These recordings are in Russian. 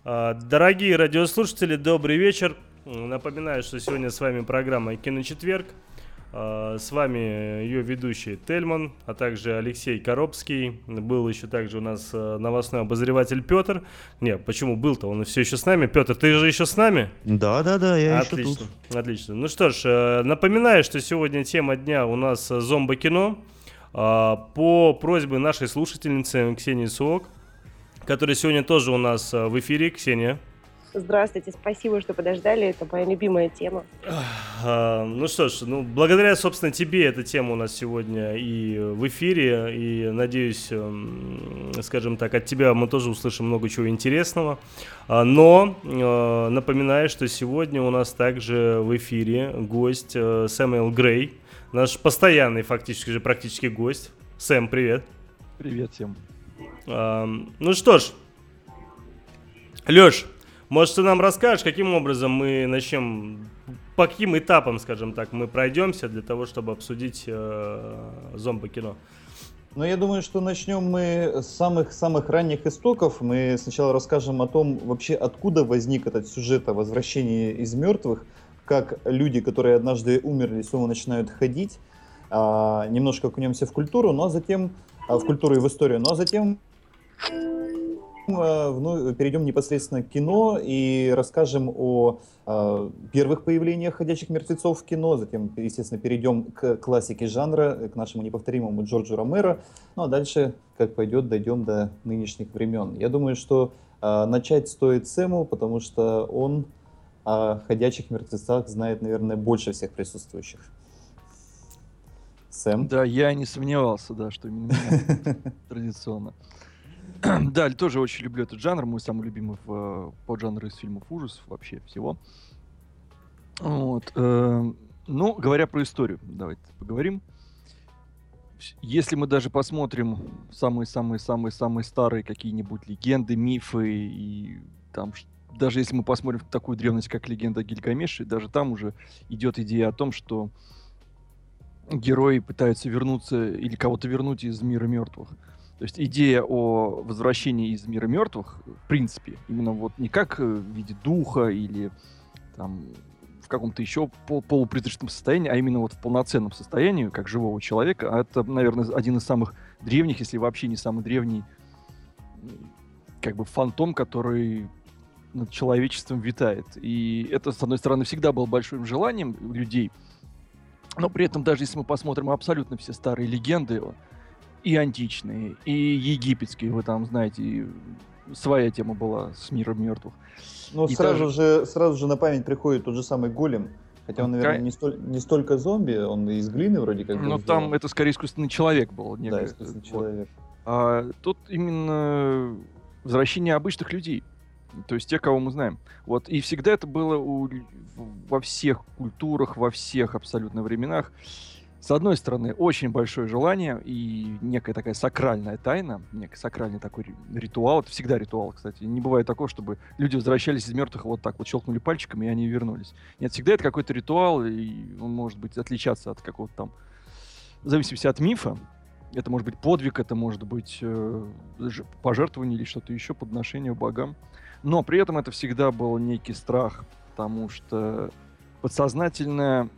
Дорогие радиослушатели, добрый вечер. Напоминаю, что сегодня с вами программа «Киночетверг». С вами ее ведущий Тельман, а также Алексей Коробский. Был еще также у нас новостной обозреватель Петр. Не, почему был-то? Он все еще с нами. Петр, ты же еще с нами? Да, я отлично, еще тут. Отлично. Ну что ж, напоминаю, что сегодня тема дня у нас зомбо-кино. По просьбе нашей слушательницы Ксении Суок, которая сегодня тоже у нас в эфире. Ксения. Здравствуйте, спасибо, что подождали, это моя любимая тема. Ну что ж, благодаря, собственно, тебе эта тема у нас сегодня и в эфире, и, надеюсь, скажем так, от тебя мы тоже услышим много чего интересного. Но напоминаю, что сегодня у нас также в эфире гость Сэмюэл Грей, наш постоянный практически гость. Сэм, привет. Привет всем. Ну что ж, Лёш, может, ты нам расскажешь, каким образом мы начнем, по каким этапам, скажем так, мы пройдемся для того, чтобы обсудить зомбо-кино? Ну, я думаю, что начнем мы с самых ранних истоков. Мы сначала расскажем о том, вообще откуда возник этот сюжет о возвращении из мертвых, как люди, которые однажды умерли, снова начинают ходить. Немножко окунемся в культуру, но затем в культуру и в историю, но затем перейдем непосредственно к кино и расскажем о первых появлениях ходячих мертвецов в кино, затем, естественно, перейдем к классике жанра, к нашему неповторимому Джорджу Ромеро, ну а дальше, как пойдет, дойдем до нынешних времен. Я думаю, что начать стоит Сэму, потому что он о ходячих мертвецах знает, наверное, больше всех присутствующих. Сэм? Да, я не сомневался, да, что именно меня традиционно. Да, тоже очень люблю этот жанр, мой самый любимый по жанру из фильмов ужасов вообще всего. Вот. Ну, говоря про историю, давайте поговорим. Если мы даже посмотрим самые-самые-самые-самые старые какие-нибудь легенды, мифы, и там, даже если мы посмотрим в такую древность, как легенда о Гильгамеше, даже там уже идет идея о том, что герои пытаются вернуться или кого-то вернуть из мира мертвых. То есть идея о возвращении из мира мертвых, в принципе, именно вот не как в виде духа или там в каком-то еще полупризрачном состоянии, а именно вот в полноценном состоянии, как живого человека. А это, наверное, один из самых древних, если вообще не самый древний, как бы фантом, который над человечеством витает. И это, с одной стороны, всегда было большим желанием у людей, но при этом, даже если мы посмотрим абсолютно все старые легенды, и античные, и египетские, вы там знаете, своя тема была с миром мертвых. Ну, сразу же на память приходит тот же самый голем, хотя он, наверное, не столько зомби, он из глины вроде как. Ну, там это скорее искусственный человек был. Да, искусственный человек. А тут именно возвращение обычных людей, то есть те, кого мы знаем. Вот. И всегда это было во всех культурах, во всех абсолютно временах. С одной стороны, очень большое желание и некая такая сакральная тайна, некий сакральный такой ритуал. Это всегда ритуал, кстати. Не бывает такого, чтобы люди возвращались из мертвых вот так вот, щелкнули пальчиками, и они вернулись. Нет, всегда это какой-то ритуал, и он может быть отличаться от какого-то там, в зависимости от мифа. Это может быть подвиг, это может быть пожертвование или что-то еще, подношение богам. Но при этом это всегда был некий страх, потому что подсознательно...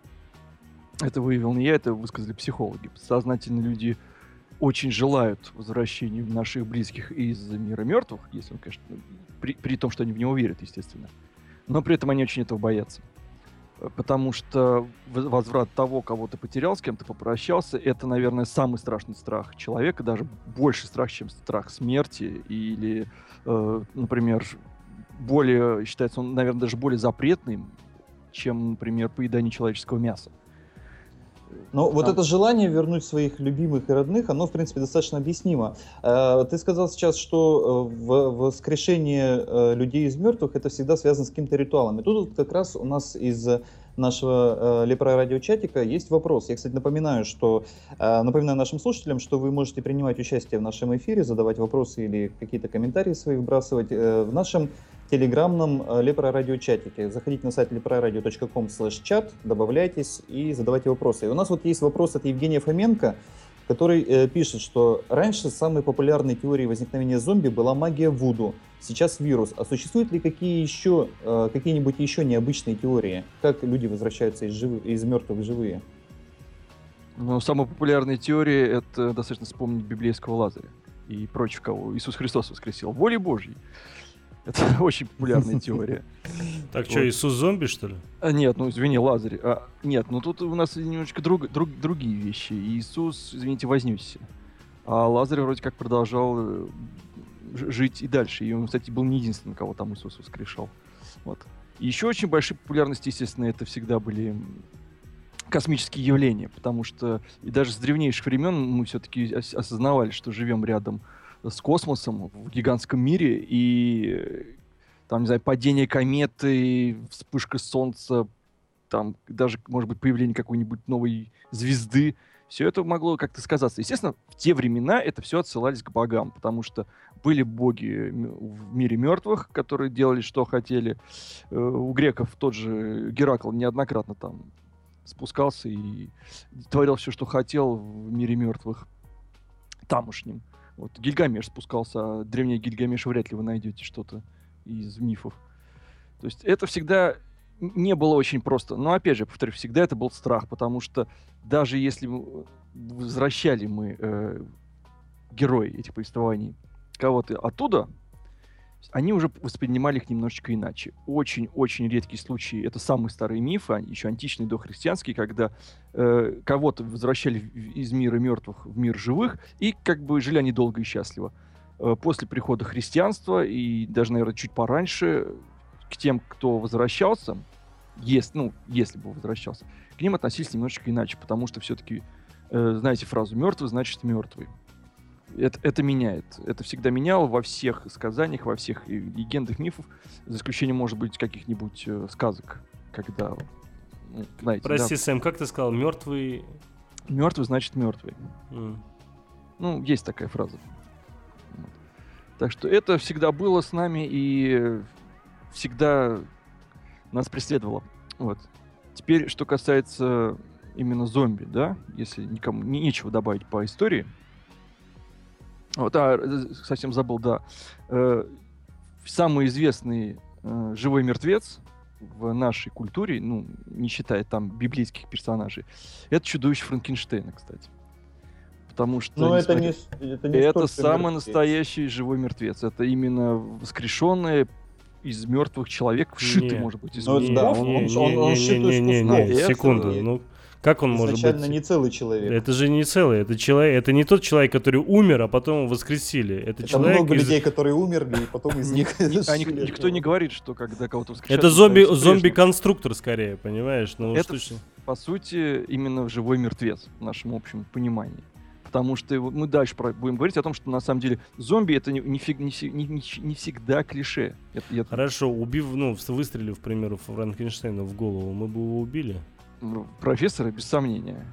Это выявил не я, это высказали психологи. Подсознательно люди очень желают возвращения наших близких из мира мертвых, если он, конечно, при том, что они в него верят, естественно. Но при этом они очень этого боятся. Потому что возврат того, кого ты потерял, с кем ты попрощался, это, наверное, самый страшный страх человека, даже больше страх, чем страх смерти. Или, например, считается он, наверное, даже более запретным, чем, например, поедание человеческого мяса. Ну, вот это желание вернуть своих любимых и родных, оно, в принципе, достаточно объяснимо. Ты сказал сейчас, что воскрешение людей из мертвых это всегда связано с каким-то ритуалом. И тут как раз у нас из нашего Лепра-радиочатика есть вопрос. Я, кстати, напоминаю нашим слушателям, что вы можете принимать участие в нашем эфире, задавать вопросы или какие-то комментарии свои вбрасывать в нашем телеграммном Лепра-радиочатике. Заходите на сайт lepraradio.com/чат, добавляйтесь и задавайте вопросы. И у нас вот есть вопрос от Евгения Фоменко, который пишет, что раньше самой популярной теорией возникновения зомби была магия Вуду, сейчас вирус. А существуют ли какие-нибудь еще необычные теории? Как люди возвращаются из мертвых в живые? Ну, самая популярная теория — это достаточно вспомнить библейского Лазаря и прочих, кого Иисус Христос воскресил. Волей Божьей. Это очень популярная теория. Так что, Иисус зомби, что ли? Нет, ну извини, Лазарь. Нет, ну тут у нас немножечко другие вещи. Иисус, извините, вознесся. А Лазарь вроде как продолжал жить и дальше. И он, кстати, был не единственным, кого там Иисус воскрешал. Вот. И еще очень большой популярности, естественно, это всегда были космические явления, потому что и даже с древнейших времен мы все-таки осознавали, что живем рядом с космосом в гигантском мире, и там, не знаю, падение кометы, вспышка Солнца, там даже, может быть, появление какой-нибудь новой звезды, все это могло как-то сказаться. Естественно, в те времена это все отсылались к богам, потому что были боги в мире мертвых, которые делали, что хотели. У греков тот же Геракл неоднократно там спускался и творил все, что хотел в мире мертвых тамошним. Вот Гильгамеш спускался, а древний Гильгамеш вряд ли вы найдете что-то из мифов. То есть это всегда не было очень просто. Но опять же, повторю, всегда это был страх, потому что даже если возвращали мы герои этих повествований кого-то оттуда, они уже воспринимали их немножечко иначе. Очень-очень редкие случаи. Это самые старые мифы, еще античные, дохристианские, когда кого-то возвращали из мира мертвых в мир живых, и как бы жили они долго и счастливо. После прихода христианства, и даже, наверное, чуть пораньше, к тем, кто возвращался, если бы возвращался, к ним относились немножечко иначе, потому что все-таки, знаете фразу «мертвый значит мертвый». Это меняет. Это всегда меняло во всех сказаниях, во всех легендах, мифов, за исключением, может быть, каких-нибудь сказок, когда, знаете... Прости, да, Сэм, как ты сказал, мертвый... Мертвый значит мертвый. Ну, есть такая фраза. Вот. Так что это всегда было с нами и всегда нас преследовало. Вот. Теперь, что касается именно зомби, да, если никому нечего добавить по истории. Вот, совсем забыл, да. Самый известный живой мертвец в нашей культуре, ну, не считая там библейских персонажей, это чудовище Франкенштейна, кстати. Потому что... Но это самый настоящий живой мертвец. Это именно воскрешенный из мертвых человек, вшитый, может быть, из мертвых. Да, он шитый из кусков. Секунду, ну... Как он может быть? Изначально не целый человек. Это же не целый, это человек, это не тот человек, который умер, а потом воскресили. Это человек много людей, которые умерли, и потом из них... Никто не говорит, что когда кого-то воскрешают... Это зомби-конструктор скорее, понимаешь? Это, по сути, именно живой мертвец в нашем общем понимании. Потому что мы дальше будем говорить о том, что на самом деле зомби это не всегда клише. Хорошо, выстрелив, к примеру, Франкенштейна в голову, мы бы его убили? Профессора, без сомнения.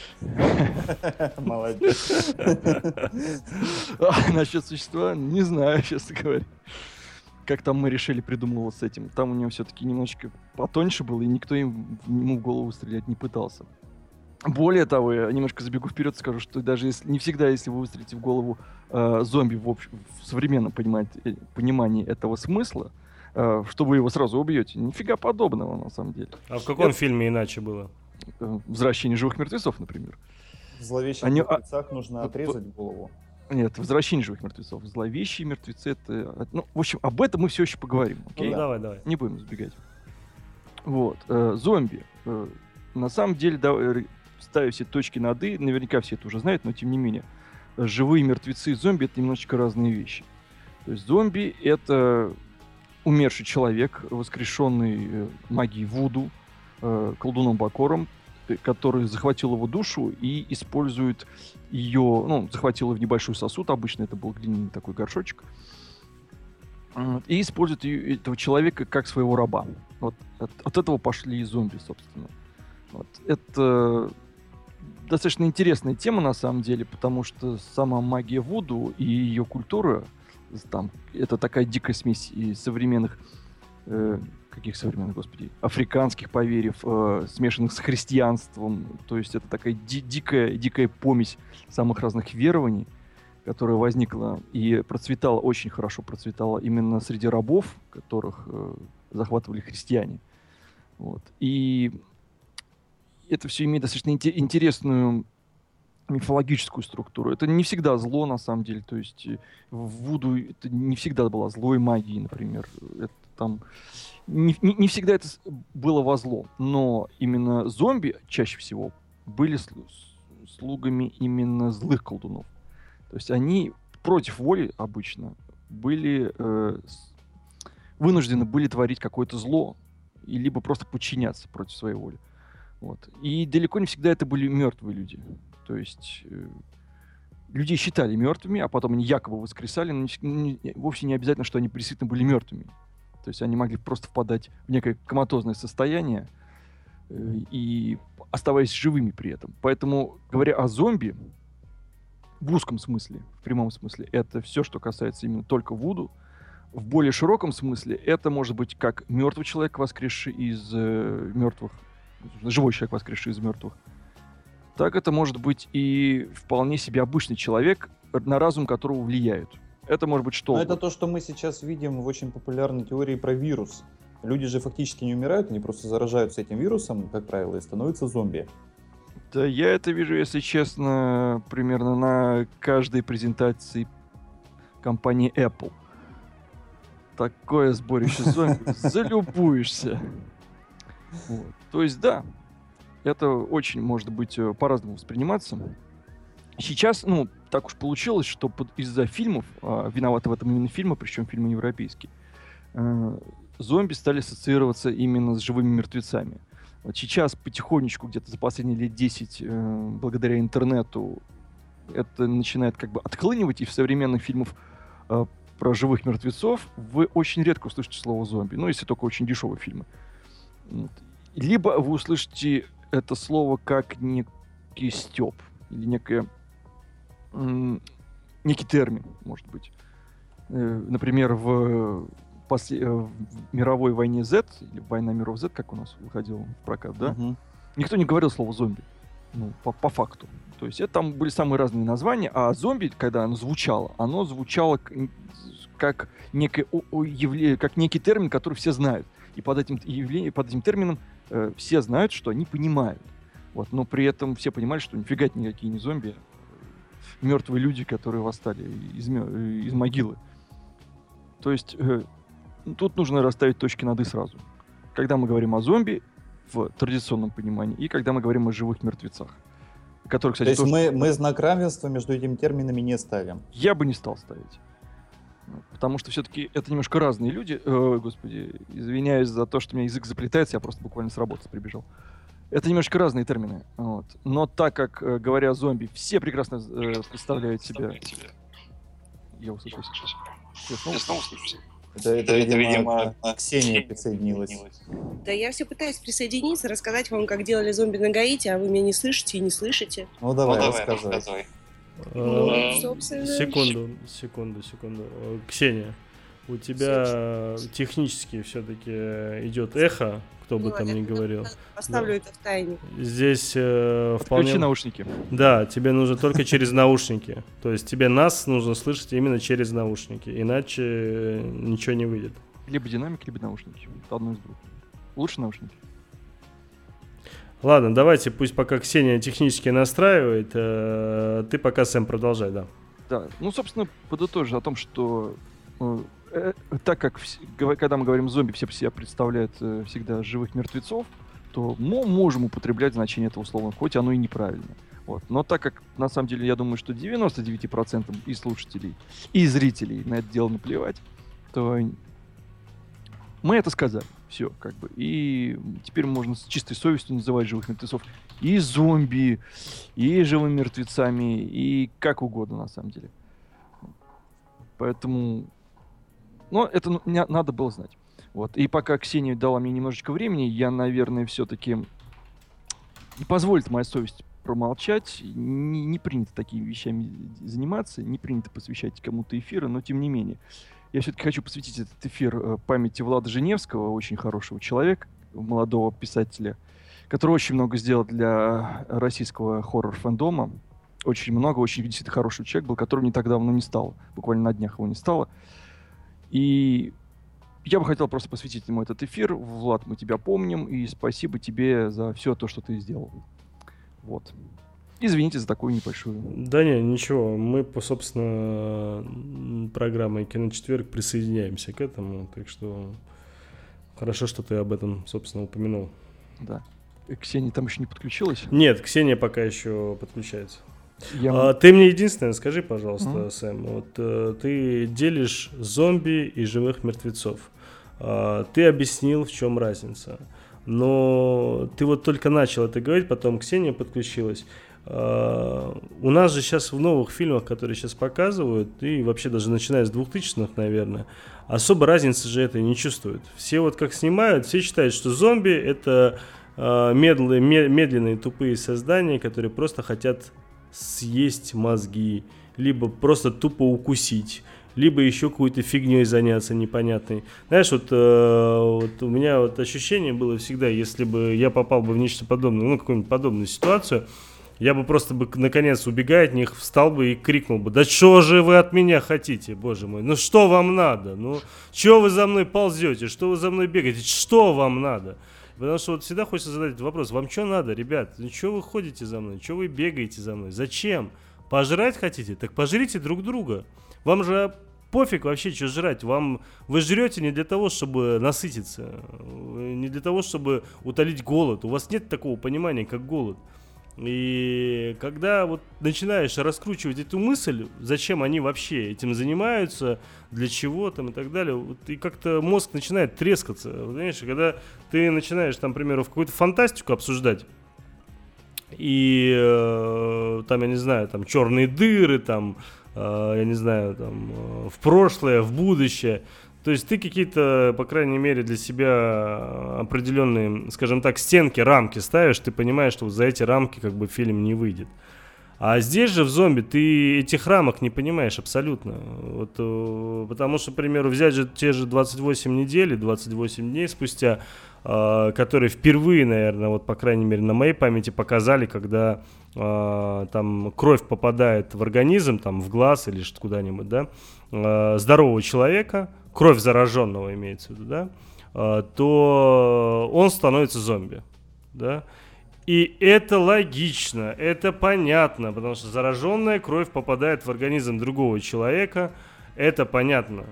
Молодец. Насчет существа, не знаю, честно говоря. Как там мы решили придумывать с этим. Там у него все-таки немножечко потоньше было, и никто ему в голову стрелять не пытался. Более того, я немножко забегу вперед, скажу, что даже не всегда, если вы выстрелите в голову зомби в современном понимании этого смысла, что вы его сразу убьете. Нифига подобного, на самом деле. А в каком фильме иначе было? «Возвращение живых мертвецов», например. В «Зловещих мертвецах» нужно отрезать голову. Нет, «Возвращение живых мертвецов». «Зловещие мертвецы» — это... Ну, в общем, об этом мы все еще поговорим. Окей? Ну, давай. Не будем сбегать. Вот. Зомби. На самом деле, ставя все точки над «и», наверняка все это уже знают, но тем не менее, живые мертвецы и зомби — это немножечко разные вещи. То есть зомби — это умерший человек, воскрешенный магией Вуду, колдуном Бакором, который захватил его душу и использует ее, захватил ее в небольшой сосуд, обычно это был глиняный такой горшочек, и использует этого человека как своего раба. Вот от этого пошли и зомби, собственно. Вот. Это достаточно интересная тема, на самом деле, потому что сама магия Вуду и ее культура, там, это такая дикая смесь и современных каких современных, господи, африканских поверьев, смешанных с христианством. То есть это такая дикая помесь самых разных верований, которая возникла и процветала, очень хорошо процветала именно среди рабов, которых захватывали христиане. Вот. И это все имеет достаточно интересную мифологическую структуру. Это не всегда зло, на самом деле. То есть в Вуду это не всегда была злой магией, например. Это там не всегда это было во зло. Но именно зомби чаще всего были слугами именно злых колдунов. То есть они против воли обычно были вынуждены были творить какое-то зло, и либо просто подчиняться против своей воли. Вот. И далеко не всегда это были мертвые люди. То есть людей считали мертвыми, а потом они якобы воскресали, но вовсе не обязательно, что они действительно были мертвыми. То есть они могли просто впадать в некое коматозное состояние и оставаясь живыми при этом. Поэтому, говоря о зомби, в узком смысле, в прямом смысле, это все, что касается именно только вуду. В более широком смысле это может быть как мертвый человек, воскресший из мертвых, живой человек, воскресший из мертвых, так это может быть и вполне себе обычный человек, на разум которого влияют. Это может быть что? Но это то, что мы сейчас видим в очень популярной теории про вирус. Люди же фактически не умирают, они просто заражаются этим вирусом, как правило, и становятся зомби. Да, я это вижу, если честно, примерно на каждой презентации компании Apple. Такое сборище зомби, залюбуешься. Вот. То есть, да, это очень может быть по-разному восприниматься. Сейчас, так уж получилось, что из-за фильмов, виноваты в этом именно фильмы, причем фильмы европейские, зомби стали ассоциироваться именно с живыми мертвецами. Вот сейчас потихонечку, где-то за последние лет 10, благодаря интернету, это начинает как бы отхлынивать, и в современных фильмах про живых мертвецов вы очень редко услышите слово зомби. Если только очень дешевые фильмы. Вот. Либо вы услышите это слово как некий стёб, или некий термин, может быть. Например, в мировой войне Z, или «Война миров Z», как у нас выходил в прокат, да? Никто не говорил слово «зомби». По факту. То есть это там были самые разные названия, а зомби, когда оно звучало как некое явление, как некий термин, который все знают. И под этим термином все знают, что они понимают. Вот. Но при этом все понимали, что нифига это никакие не зомби, а мертвые люди, которые восстали из могилы. То есть тут нужно расставить точки над «и» сразу. Когда мы говорим о зомби в традиционном понимании, и когда мы говорим о живых мертвецах. Которые, кстати, то есть мы знак равенства между этими терминами не ставим? Я бы не стал ставить. Потому что все-таки это немножко разные люди. Господи, извиняюсь за то, что у меня язык заплетается, я просто буквально с работы прибежал. Это немножко разные термины. Вот. Но так как, говоря о зомби, все прекрасно представляют себя... Я услышался. Я снова услышался. Это, видимо, Ксения присоединилась. Да я все пытаюсь присоединиться, рассказать вам, как делали зомби на Гаити, а вы меня не слышите и не слышите. Давай, рассказывай. Собственно... Секунду. Ксения, у тебя технически все-таки идет эхо, кто бы там ни говорил. Поставлю это в тайне. Здесь вполне... Включи наушники. Да, тебе нужно только через наушники. То есть тебе нас нужно слышать именно через наушники, иначе ничего не выйдет. Либо динамик, либо наушники. Это одно из двух. Лучше наушники. Ладно, давайте, пусть пока Ксения технически настраивает, ты пока, Сэм, продолжай, да. Да, собственно, подытожу о том, что так как когда мы говорим зомби, все себя представляют всегда живых мертвецов, то мы можем употреблять значение этого слова, хоть оно и неправильно. Вот. Но так как, на самом деле, я думаю, что 99% и слушателей, и зрителей на это дело наплевать, то мы это сказали. Все, как бы. И теперь можно с чистой совестью называть живых мертвецов и зомби, и живыми мертвецами, и как угодно, на самом деле. Поэтому... это надо было знать. Вот. И пока Ксения дала мне немножечко времени, я, наверное, все-таки не позволит моя совесть промолчать. Не принято такими вещами заниматься, не принято посвящать кому-то эфиры, но тем не менее. Я все-таки хочу посвятить этот эфир памяти Влада Женевского, очень хорошего человека, молодого писателя, который очень много сделал для российского хоррор-фандома. Очень много, очень действительно хороший человек был, которого не так давно не стало. Буквально на днях его не стало. И я бы хотел просто посвятить ему этот эфир. Влад, мы тебя помним, и спасибо тебе за все то, что ты сделал. Вот. Извините за такую небольшую... Да не, ничего. Мы, собственно, программой «Киночетверг» присоединяемся к этому. Так что хорошо, что ты об этом, собственно, упомянул. Да. Ксения там еще не подключилась? Нет, Ксения пока еще подключается. Ты мне единственное скажи, пожалуйста, Сэм, вот ты делишь зомби и живых мертвецов. Ты объяснил, в чем разница. Но ты вот только начал это говорить, потом Ксения подключилась. У нас же сейчас в новых фильмах, которые сейчас показывают, и вообще даже начиная с 2000-х, наверное, особо разницы же этой не чувствуют. Все вот как снимают, все считают, что зомби — это медленные тупые создания, которые просто хотят съесть мозги, либо просто тупо укусить, либо еще какой-то фигней заняться непонятной. Знаешь, вот у меня вот ощущение было всегда, если бы я попал бы в нечто подобное, ну, какую-нибудь подобную ситуацию, я бы просто бы, наконец, убегая от них, встал бы и крикнул бы: да что же вы от меня хотите, боже мой, ну что вам надо, ну что вы за мной ползете, что вы за мной бегаете, что вам надо? Потому что вот всегда хочется задать этот вопрос: вам что надо, ребят? Ну что вы ходите за мной? Что вы бегаете за мной? Зачем? Пожрать хотите? Так пожрите друг друга. Вам же пофиг вообще, что жрать. Вы жрете не для того, чтобы насытиться, не для того, чтобы утолить голод. У вас нет такого понимания, как голод. И когда вот начинаешь раскручивать эту мысль, зачем они вообще этим занимаются, для чего там и так далее, вот, и как-то мозг начинает трескаться. Понимаешь, когда ты начинаешь, там, к примеру, в какую-то фантастику обсуждать, и там, я не знаю, там черные дыры, там, я не знаю, там, в прошлое, в будущее. То есть ты какие-то, по крайней мере, для себя определенные, скажем так, стенки, рамки ставишь, ты понимаешь, что вот за эти рамки как бы фильм не выйдет. А здесь же в зомби ты этих рамок не понимаешь абсолютно. Вот, потому что, к примеру, взять же те же 28 недель, 28 дней спустя, которые впервые, наверное, вот по крайней мере на моей памяти показали, когда там кровь попадает в организм, там в глаз или куда-нибудь, да, здорового человека, кровь зараженного имеется в виду, да, то он становится зомби, да. И это логично, это понятно, потому что зараженная кровь попадает в организм другого человека, это понятно.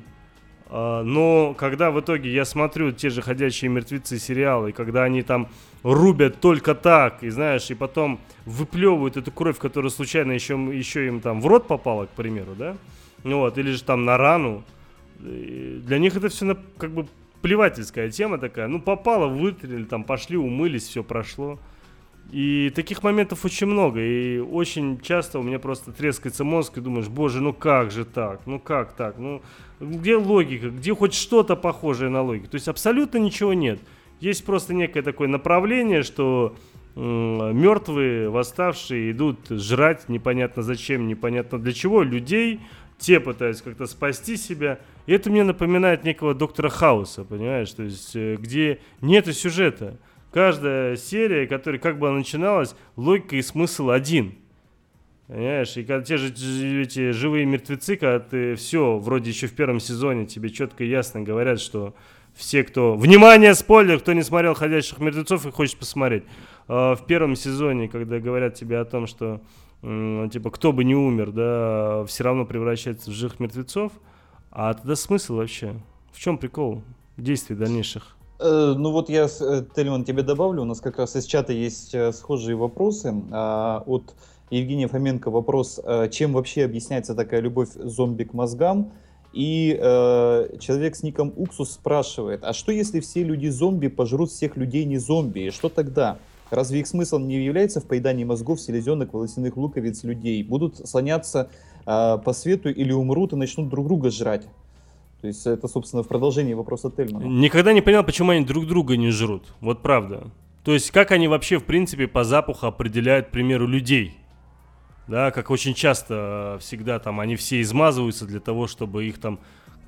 Но когда в итоге я смотрю те же «Ходячие мертвецы» сериалы, когда они там рубят только так, и знаешь, и потом выплевывают эту кровь, которая случайно еще им там в рот попала, к примеру, да, вот, или же там на рану, для них это все как бы плевательская тема такая, ну попало, вытряли, там пошли, умылись, все прошло. И таких моментов очень много, и очень часто у меня просто трескается мозг, и думаешь: боже, ну как же так, ну как так, ну где логика, где хоть что-то похожее на логику? То есть абсолютно ничего нет. Есть просто некое такое направление, что мертвые, восставшие идут жрать непонятно зачем, непонятно для чего людей, те пытаются как-то спасти себя. И это мне напоминает некого доктора Хауса, понимаешь, то есть где нету сюжета. Каждая серия, которая как бы начиналась, логика и смысл один. Понимаешь? И когда те же эти живые мертвецы, когда ты все, вроде еще в первом сезоне тебе четко и ясно говорят, что все, кто... Внимание, спойлер! Кто не смотрел «Ходячих мертвецов» и хочет посмотреть. В первом сезоне, когда говорят тебе о том, что типа кто бы не умер, да, все равно превращается в живых мертвецов. А тогда смысл вообще? В чем прикол действий дальнейших? Ну вот я, Тельман, тебе добавлю, у нас как раз из чата есть схожие вопросы. От Евгения Фоменко вопрос: чем вообще объясняется такая любовь зомби к мозгам? И человек с ником Уксус спрашивает: а что если все люди-зомби пожрут всех людей не зомби? И что тогда? Разве их смыслом не является в поедании мозгов, селезенок, волосяных луковиц людей? Будут слоняться по свету или умрут и начнут друг друга жрать? То есть это, собственно, в продолжении вопроса Тельмана. Никогда не понял, почему они друг друга не жрут. Вот правда. То есть как они вообще, в принципе, по запаху определяют, к примеру, людей? Да, как очень часто всегда там они все измазываются для того, чтобы их там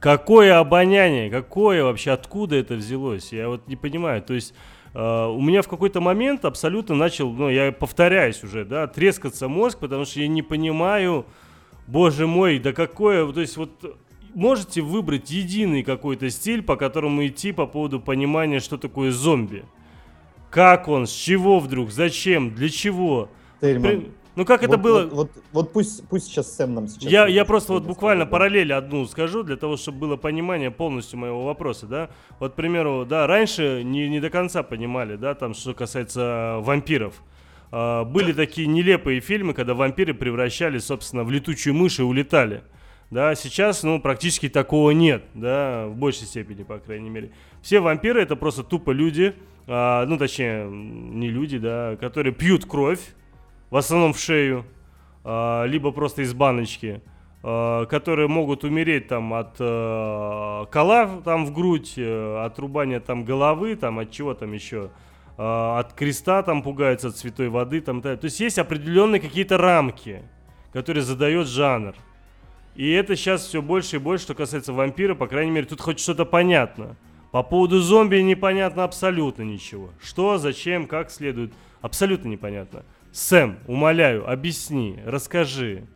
Какое обоняние? Какое вообще? Откуда это взялось? Я вот не понимаю. То есть у меня в какой-то момент абсолютно начал, ну, я повторяюсь уже, да, трескаться мозг, потому что я не понимаю, боже мой, да какое... То есть вот можете выбрать единый какой-то стиль, по которому идти по поводу понимания, что такое зомби? Как он? С чего вдруг? Зачем? Для чего? Тельман, Ну как это было? Вот пусть сейчас Сэм нам сейчас... Я просто вот скажет, буквально да. параллель одну скажу, для того, чтобы было понимание полностью моего вопроса, да. Вот, к примеру, да, раньше не до конца понимали, да, там, что касается вампиров. Были такие нелепые фильмы, когда вампиры превращались, собственно, в летучую мышь и улетали. Да, сейчас, ну, практически такого нет, да, в большей степени, по крайней мере. Все вампиры — это просто тупо люди, ну, точнее, не люди, да, которые пьют кровь, в основном в шею, либо просто из баночки, которые могут умереть там от кола там в грудь, от рубания там головы, там от чего там еще, от креста там пугаются, от святой воды там. То есть есть определенные какие-то рамки, которые задает жанр. И это сейчас все больше и больше, что касается вампира, по крайней мере, тут хоть что-то понятно. По поводу зомби непонятно абсолютно ничего. Что, зачем, как следует, абсолютно непонятно. Сэм, умоляю, объясни, расскажи.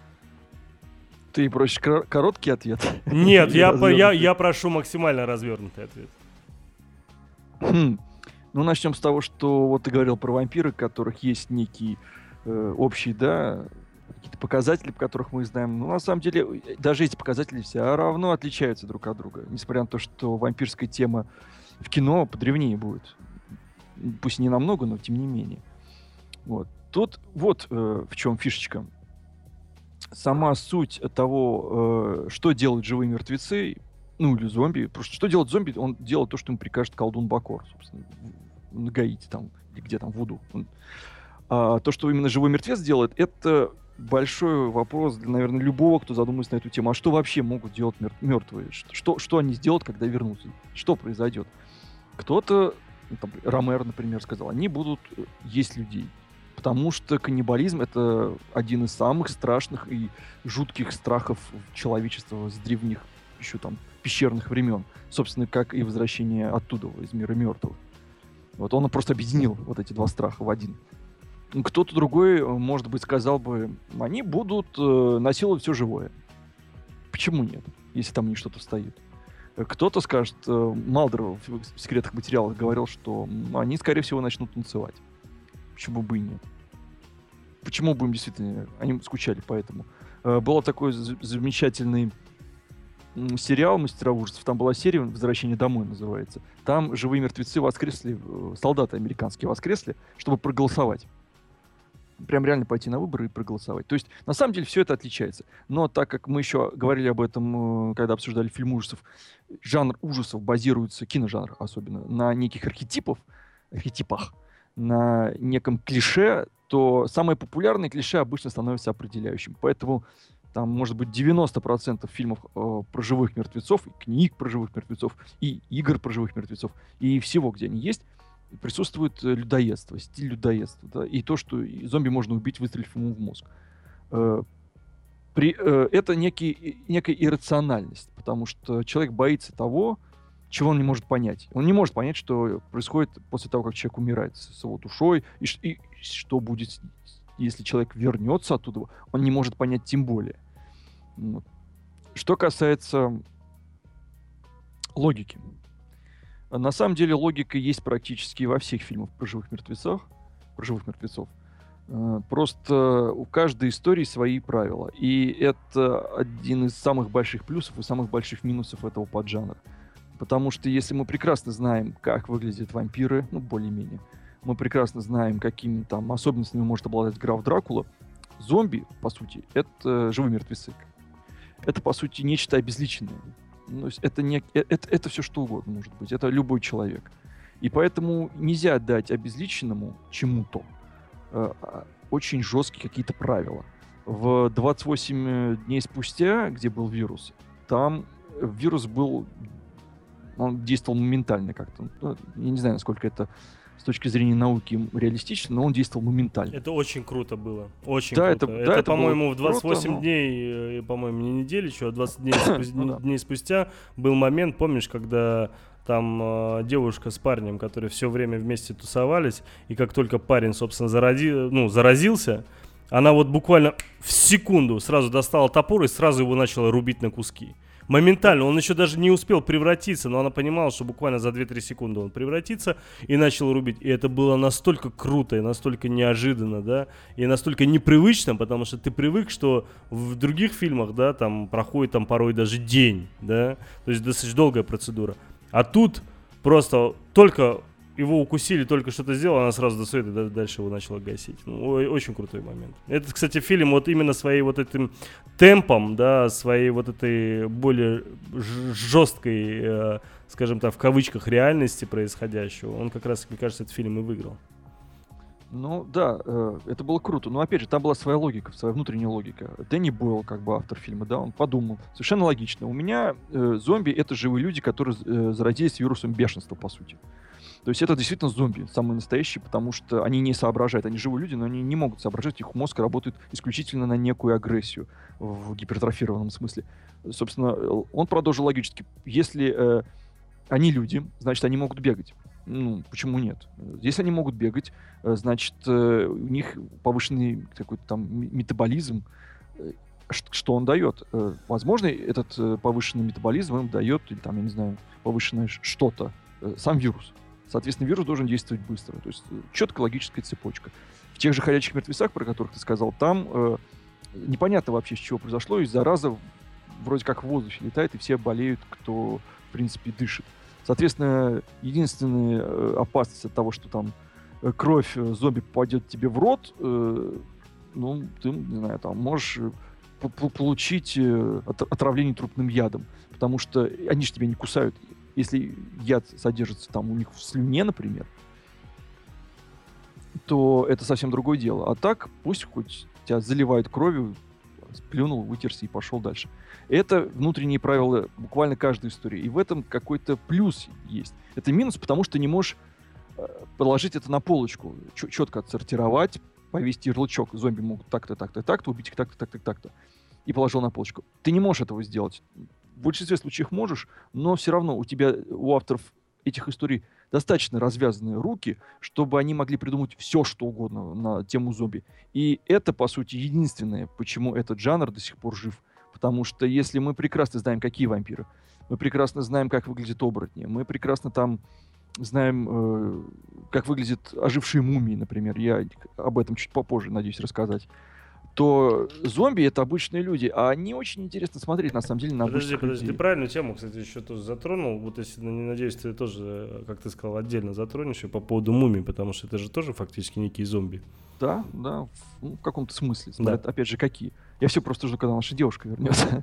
Ты просишь короткий ответ? Нет, я прошу максимально развернутый ответ. Ну, начнем с того, что вот ты говорил про вампиры, у которых есть некий общий, да, какие-то показатели, по которых мы знаем. Ну, на самом деле, даже эти показатели все равно отличаются друг от друга. Несмотря на то, что вампирская тема в кино подревнее будет. Пусть не намного, но тем не менее. Вот. Тут вот в чем фишечка. Сама суть того, что делают живые мертвецы, ну или зомби. Просто что делает зомби? Он делает то, что ему прикажет колдун Бакор, собственно, на Гаити там, или где там, в Вуду. А то, что именно живой мертвец делает, это большой вопрос для, наверное, любого, кто задумается на эту тему. А что вообще могут делать мертвые? Что они сделают, когда вернутся? Что произойдет? Кто-то, там, Ромеро, например, сказал, они будут есть людей. Потому что каннибализм — это один из самых страшных и жутких страхов человечества с древних еще там пещерных времен. Собственно, как и возвращение оттуда, из мира мертвых. Вот он просто объединил вот эти два страха в один. Кто-то другой, может быть, сказал бы, они будут насиловать все живое. Почему нет, если там не что-то стоит? Кто-то скажет, Малдер в «Секретных материалах» говорил, что они, скорее всего, начнут танцевать. Почему бы и нет? Почему бы им действительно... Они скучали по этому. Был такой замечательный сериал «Мастера ужасов». Там была серия «Возвращение домой» называется. Там живые мертвецы воскресли, солдаты американские воскресли, чтобы проголосовать. Прям реально пойти на выборы и проголосовать. То есть, на самом деле, все это отличается. Но так как мы еще говорили об этом, когда обсуждали фильм ужасов, жанр ужасов базируется, киножанр особенно, на неких архетипах, на неком клише, то самое популярное клише обычно становится определяющим. Поэтому там может быть 90% фильмов про живых мертвецов, и книг про живых мертвецов, и игр про живых мертвецов, и всего, где они есть, присутствует людоедство, стиль людоедства. Да, и то, что зомби можно убить, выстрелив ему в мозг. Это некая иррациональность, потому что человек боится того, чего он не может понять. Он не может понять, что происходит после того, как человек умирает с его душой, и что будет, если человек вернется оттуда, он не может понять тем более. Вот. Что касается логики. На самом деле логика есть практически во всех фильмах про живых мертвецов. Просто у каждой истории свои правила. И это один из самых больших плюсов и самых больших минусов этого поджанра. Потому что если мы прекрасно знаем, как выглядят вампиры, ну, более-менее, мы прекрасно знаем, какими там особенностями может обладать граф Дракула, зомби, по сути, это живые мертвецы. Это, по сути, нечто обезличенное. То есть это все что угодно может быть. Это любой человек. И поэтому нельзя дать обезличенному чему-то очень жесткие какие-то правила. В 28 дней спустя, где был вирус, там вирус был... Он действовал моментально как-то. Ну, я не знаю, насколько это с точки зрения науки реалистичен, но он действовал моментально. Это очень круто было. Очень Да, круто. это по-моему, было в 28 круто, но- дней, по-моему, не недели, еще 20 дней, Ну да. дней спустя был момент, помнишь, когда там девушка с парнем, которые все время вместе тусовались, и как только парень, собственно, заразился, она вот буквально в секунду сразу достала топор и сразу его начала рубить на куски. Моментально, он еще даже не успел превратиться, но она понимала, что буквально за 2-3 секунды он превратится и начал рубить. И это было настолько круто и настолько неожиданно, да, и настолько непривычно, потому что ты привык, что в других фильмах, да, там проходит там порой даже день, да, то есть достаточно долгая процедура. А тут просто только его укусили, только что-то сделал, она сразу достает и дальше его начала гасить. Ну, очень крутой момент. Это, кстати, фильм вот именно своей вот этим темпом, да, своей вот этой более жесткой, скажем так, в кавычках, реальности происходящего, он как раз, мне кажется, этот фильм и выиграл. Ну да, это было круто. Но опять же, там была своя логика, своя внутренняя логика. Дэнни Бойл, как бы автор фильма, да, он подумал. Совершенно логично. У меня зомби — это живые люди, которые заразились вирусом бешенства, по сути. То есть это действительно зомби, самые настоящие, потому что они не соображают. Они живые люди, но они не могут соображать. Их мозг работает исключительно на некую агрессию в гипертрофированном смысле. Собственно, он продолжил логически. Если они люди, значит, они могут бегать. Ну, почему нет? Если они могут бегать, значит, у них повышенный какой-то там метаболизм. Что он дает? Возможно, этот повышенный метаболизм им дает, или там, я не знаю, повышенное что-то, сам вирус. Соответственно, вирус должен действовать быстро. То есть четкая логическая цепочка. В тех же «Ходячих мертвецах», про которых ты сказал, там непонятно вообще, с чего произошло, и зараза вроде как в воздухе летает, и все болеют, кто, в принципе, дышит. Соответственно, единственная опасность от того, что там кровь зомби попадет тебе в рот, ну, ты, не знаю, там можешь получить отравление трупным ядом, потому что они же тебя не кусают. Если яд содержится там у них в слюне, например, то это совсем другое дело. А так, пусть хоть тебя заливает кровью, сплюнул, вытерся и пошел дальше. Это внутренние правила буквально каждой истории. И в этом какой-то плюс есть. Это минус, потому что ты не можешь положить это на полочку, четко отсортировать, повесить ярлычок. Зомби могут так-то, так-то, так-то, убить их так-то, так-то, так-то. И положил на полочку. Ты не можешь этого сделать. В большинстве случаев можешь, но все равно у авторов этих историй достаточно развязанные руки, чтобы они могли придумать все, что угодно на тему зомби. И это, по сути, единственное, почему этот жанр до сих пор жив. Потому что если мы прекрасно знаем, какие вампиры, мы прекрасно знаем, как выглядят оборотни, мы прекрасно там знаем, как выглядят ожившие мумии, например, я об этом чуть попозже надеюсь рассказать, то зомби — это обычные люди, а они очень интересно смотреть, на самом деле, на обычных Подожди, людей. ты правильную тему, кстати, еще тоже затронул. Вот если, не надеюсь, ты тоже, как ты сказал, отдельно затронешь и по поводу мумий, потому что это же тоже фактически некие зомби. Да, в каком-то смысле. Да. Опять же, какие? Я все просто жду, когда наша девушка вернется.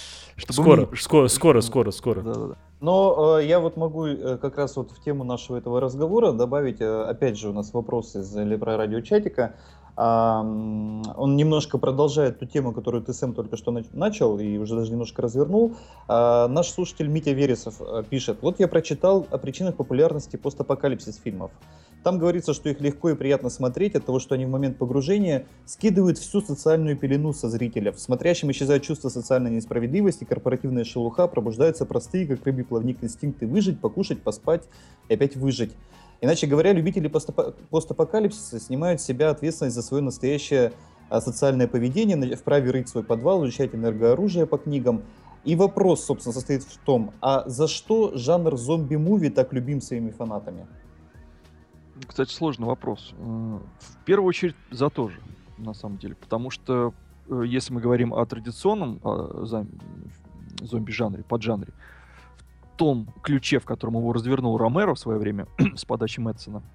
Скоро. Да. Но я вот могу как раз вот в тему нашего этого разговора добавить, опять же, у нас вопрос из Лебра-радиочатика. Он немножко продолжает ту тему, которую ты, Сэм, только что начал и уже даже немножко развернул. Наш слушатель Митя Вересов пишет: вот я прочитал о причинах популярности постапокалипсис фильмов. Там говорится, что их легко и приятно смотреть от того, что они в момент погружения скидывают всю социальную пелену со зрителя. В смотрящем исчезает чувство социальной несправедливости, корпоративная шелуха, пробуждаются простые, как рыбий плавник, инстинкты выжить, покушать, поспать и опять выжить. Иначе говоря, любители постапокалипсиса снимают с себя ответственность за свое настоящее социальное поведение, вправе рыть свой подвал, изучать энергооружие по книгам. И вопрос, собственно, состоит в том, а за что жанр зомби-муви так любим своими фанатами? Кстати, сложный вопрос. В первую очередь за то же, на самом деле. Потому что, если мы говорим о традиционном зомби-жанре, поджанре, в том ключе, в котором его развернул Ромеро в свое время с подачи Мэтсона,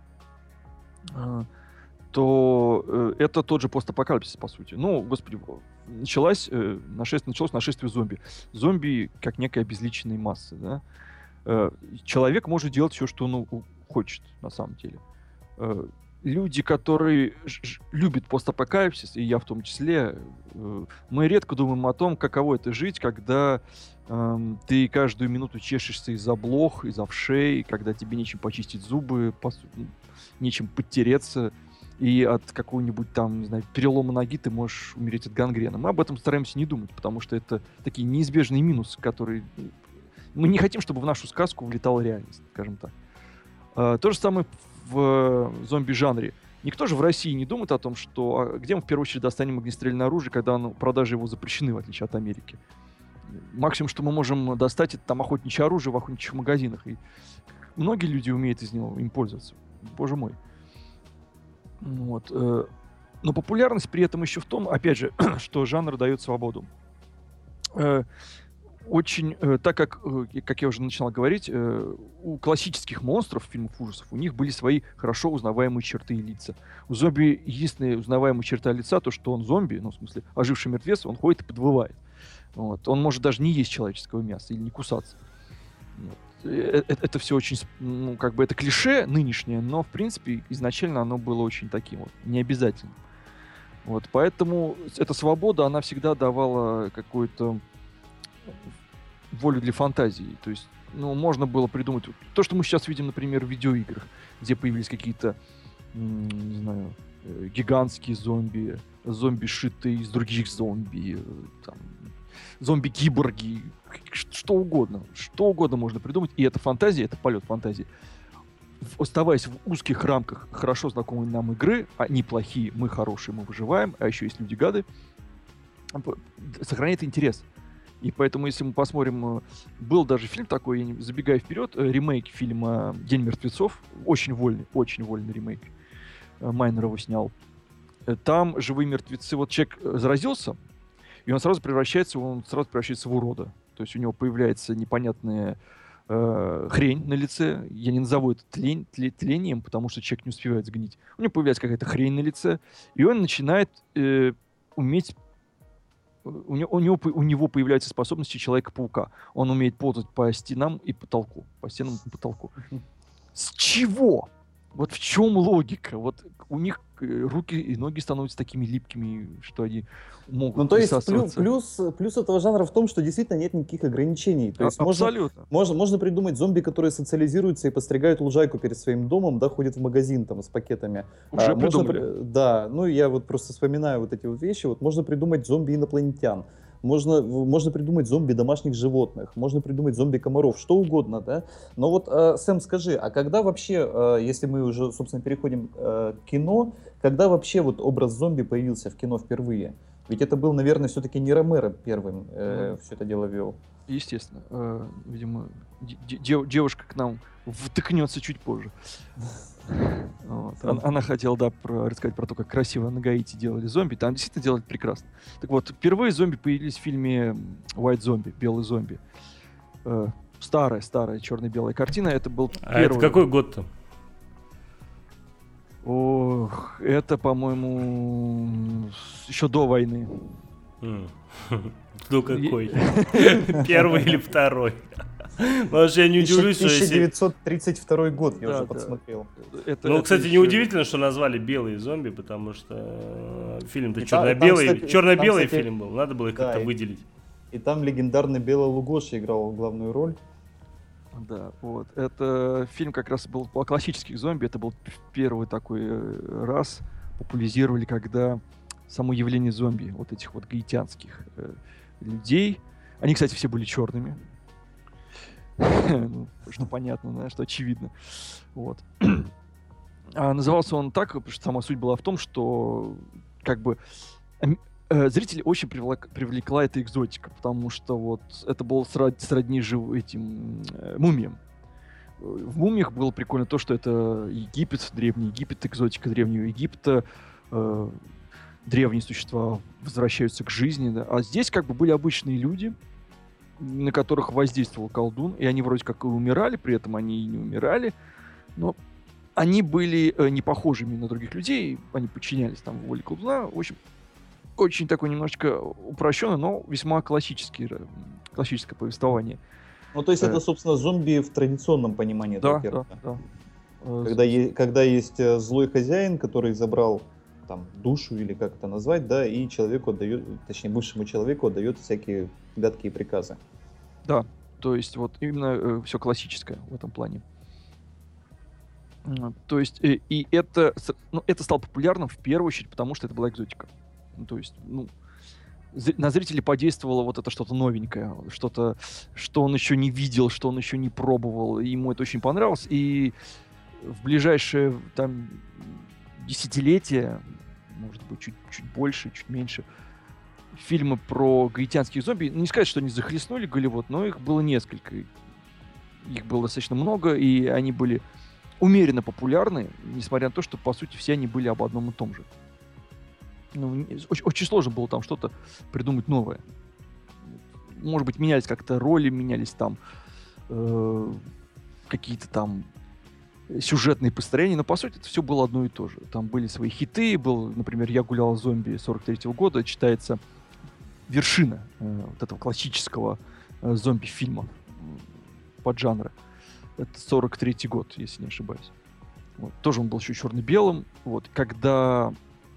то это тот же постапокалипсис, по сути. Ну, господи, началось нашествие зомби. Зомби как некая обезличенная масса, да? Человек может делать все, что он хочет, на самом деле. люди, которые любят постапокалипсис, и я в том числе, мы редко думаем о том, каково это жить, когда ты каждую минуту чешешься из-за блох, из-за вшей, когда тебе нечем почистить зубы, нечем подтереться, и от какого-нибудь там, не знаю, перелома ноги ты можешь умереть от гангрены. Мы об этом стараемся не думать, потому что это такие неизбежные минусы, которые... Мы не хотим, чтобы в нашу сказку влетала реальность, скажем так. То же самое в зомби-жанре. Никто же в России не думает о том, что где мы в первую очередь достанем огнестрельное оружие, когда продажи его запрещены, в отличие от Америки. Максимум, что мы можем достать, это там охотничье оружие в охотничьих магазинах. И многие люди умеют им пользоваться. Боже мой. Вот. Но популярность при этом еще в том, опять же, что жанр дает свободу. Очень, так как я уже начинал говорить, у классических монстров фильмов ужасов у них были свои хорошо узнаваемые черты и лица. У зомби единственная узнаваемая черта лица, то, что он зомби, ну, в смысле, оживший мертвец, он ходит и подвывает. Вот. Он может даже не есть человеческого мяса или не кусаться. Вот. Это все очень, ну, как бы это клише нынешнее, но, в принципе, изначально оно было очень таким вот, необязательным. Вот. Поэтому эта свобода, она всегда давала какую-то волю для фантазии. То есть, ну, можно было придумать... То, что мы сейчас видим, например, в видеоиграх, где появились какие-то, не знаю, гигантские зомби, зомби, сшитые из других зомби, там, зомби-киборги, что угодно. Что угодно можно придумать. И это фантазия, это полет фантазии. Оставаясь в узких рамках хорошо знакомой нам игры, они плохие, мы хорошие, мы выживаем, а еще есть люди-гады, сохраняет интерес. И поэтому, если мы посмотрим, был даже фильм такой, забегая вперед, ремейк фильма «День мертвецов», очень вольный ремейк, Майнер его снял. Там живые мертвецы, вот человек заразился, и он сразу превращается в урода. То есть у него появляется непонятная хрень на лице. Я не назову это тлением, потому что человек не успевает сгнить. У него появляется какая-то хрень на лице, и он начинает уметь... У него появляются способности Человека-паука. Он умеет ползать по стенам и потолку. По стенам и потолку. С чего? Вот в чем логика? Вот у них руки и ноги становятся такими липкими, что они могут... Ну, то есть плюс этого жанра в том, что действительно нет никаких ограничений. То есть абсолютно. Можно придумать зомби, которые социализируются и постригают лужайку перед своим домом, да, ходят в магазин там с пакетами. Уже придумали. Да, ну я вот просто вспоминаю вот эти вот вещи. Вот можно придумать зомби-инопланетян. Можно придумать зомби домашних животных, можно придумать зомби комаров, что угодно, да. Но вот, Сэм, скажи, а когда вообще, если мы уже, собственно, переходим к кино, когда вообще вот образ зомби появился в кино впервые? Ведь это был, наверное, все-таки не Ромеро первым все это дело вел. Естественно. Видимо, девушка к нам втыкнется чуть позже. Вот. Она хотела, да, рассказать про то, как красиво на Гаити делали зомби. Там действительно делали прекрасно. Так вот, впервые зомби появились в фильме White Zombie, белый зомби. Старая черно-белая картина. Это был первый... А это какой год-то? Ох, это, по-моему, еще до войны. Ну какой? Первый или второй? Потому что я не удивлюсь, что 1932 год, я уже подсмотрел. Ну, кстати, неудивительно, что назвали «Белые зомби», потому что фильм-то черно-белый. Черно-белый фильм был, надо было их как-то выделить. И там легендарный Бела Лугоши играл главную роль. Да, вот. Это фильм как раз был о классических зомби. Это был первый такой раз популяризировали, когда само явление зомби, вот этих вот гаитянских людей. Они, кстати, все были черными. Что понятно, да, что очевидно. Вот. А назывался он так, потому что сама суть была в том, что как бы зрителей очень привлекла эта экзотика, потому что вот это было сродни этим мумиям. В мумиях было прикольно то, что это Египет, Древний Египет, экзотика Древнего Египта, древние существа возвращаются к жизни, да. А здесь как бы были обычные люди, на которых воздействовал колдун, и они вроде как и умирали, при этом они и не умирали, но они были не похожими на других людей, они подчинялись там воле колдуна. В общем, очень такой немножечко упрощенный, но весьма классическое повествование. Ну, то есть это, собственно, зомби в традиционном понимании. Да. Когда есть злой хозяин, который забрал там душу или как это назвать, да, и человеку отдает, точнее бывшему человеку отдает всякие гадкие приказы. Да, то есть вот именно все классическое в этом плане. То есть и это стало популярным в первую очередь, потому что это была экзотика. То есть, на зрителей подействовало вот это что-то новенькое, что-то, что он еще не видел, что он еще не пробовал, и ему это очень понравилось. И в ближайшее там десятилетие, может быть, чуть больше, чуть меньше, фильмы про гаитянских зомби, не сказать, что они захлестнули Голливуд, но их было несколько. Их было достаточно много, и они были умеренно популярны, несмотря на то, что, по сути, все они были об одном и том же. Очень сложно было там что-то придумать новое. Может быть, менялись как-то роли, менялись там какие-то там сюжетные построения, но, по сути, это все было одно и то же. Там были свои хиты, был, например, «Я гулял с зомби» 43-го года, читается вершина вот этого классического зомби-фильма поджанра. Это 43-й год, если не ошибаюсь. Вот. Тоже он был еще черно-белым. Вот. Когда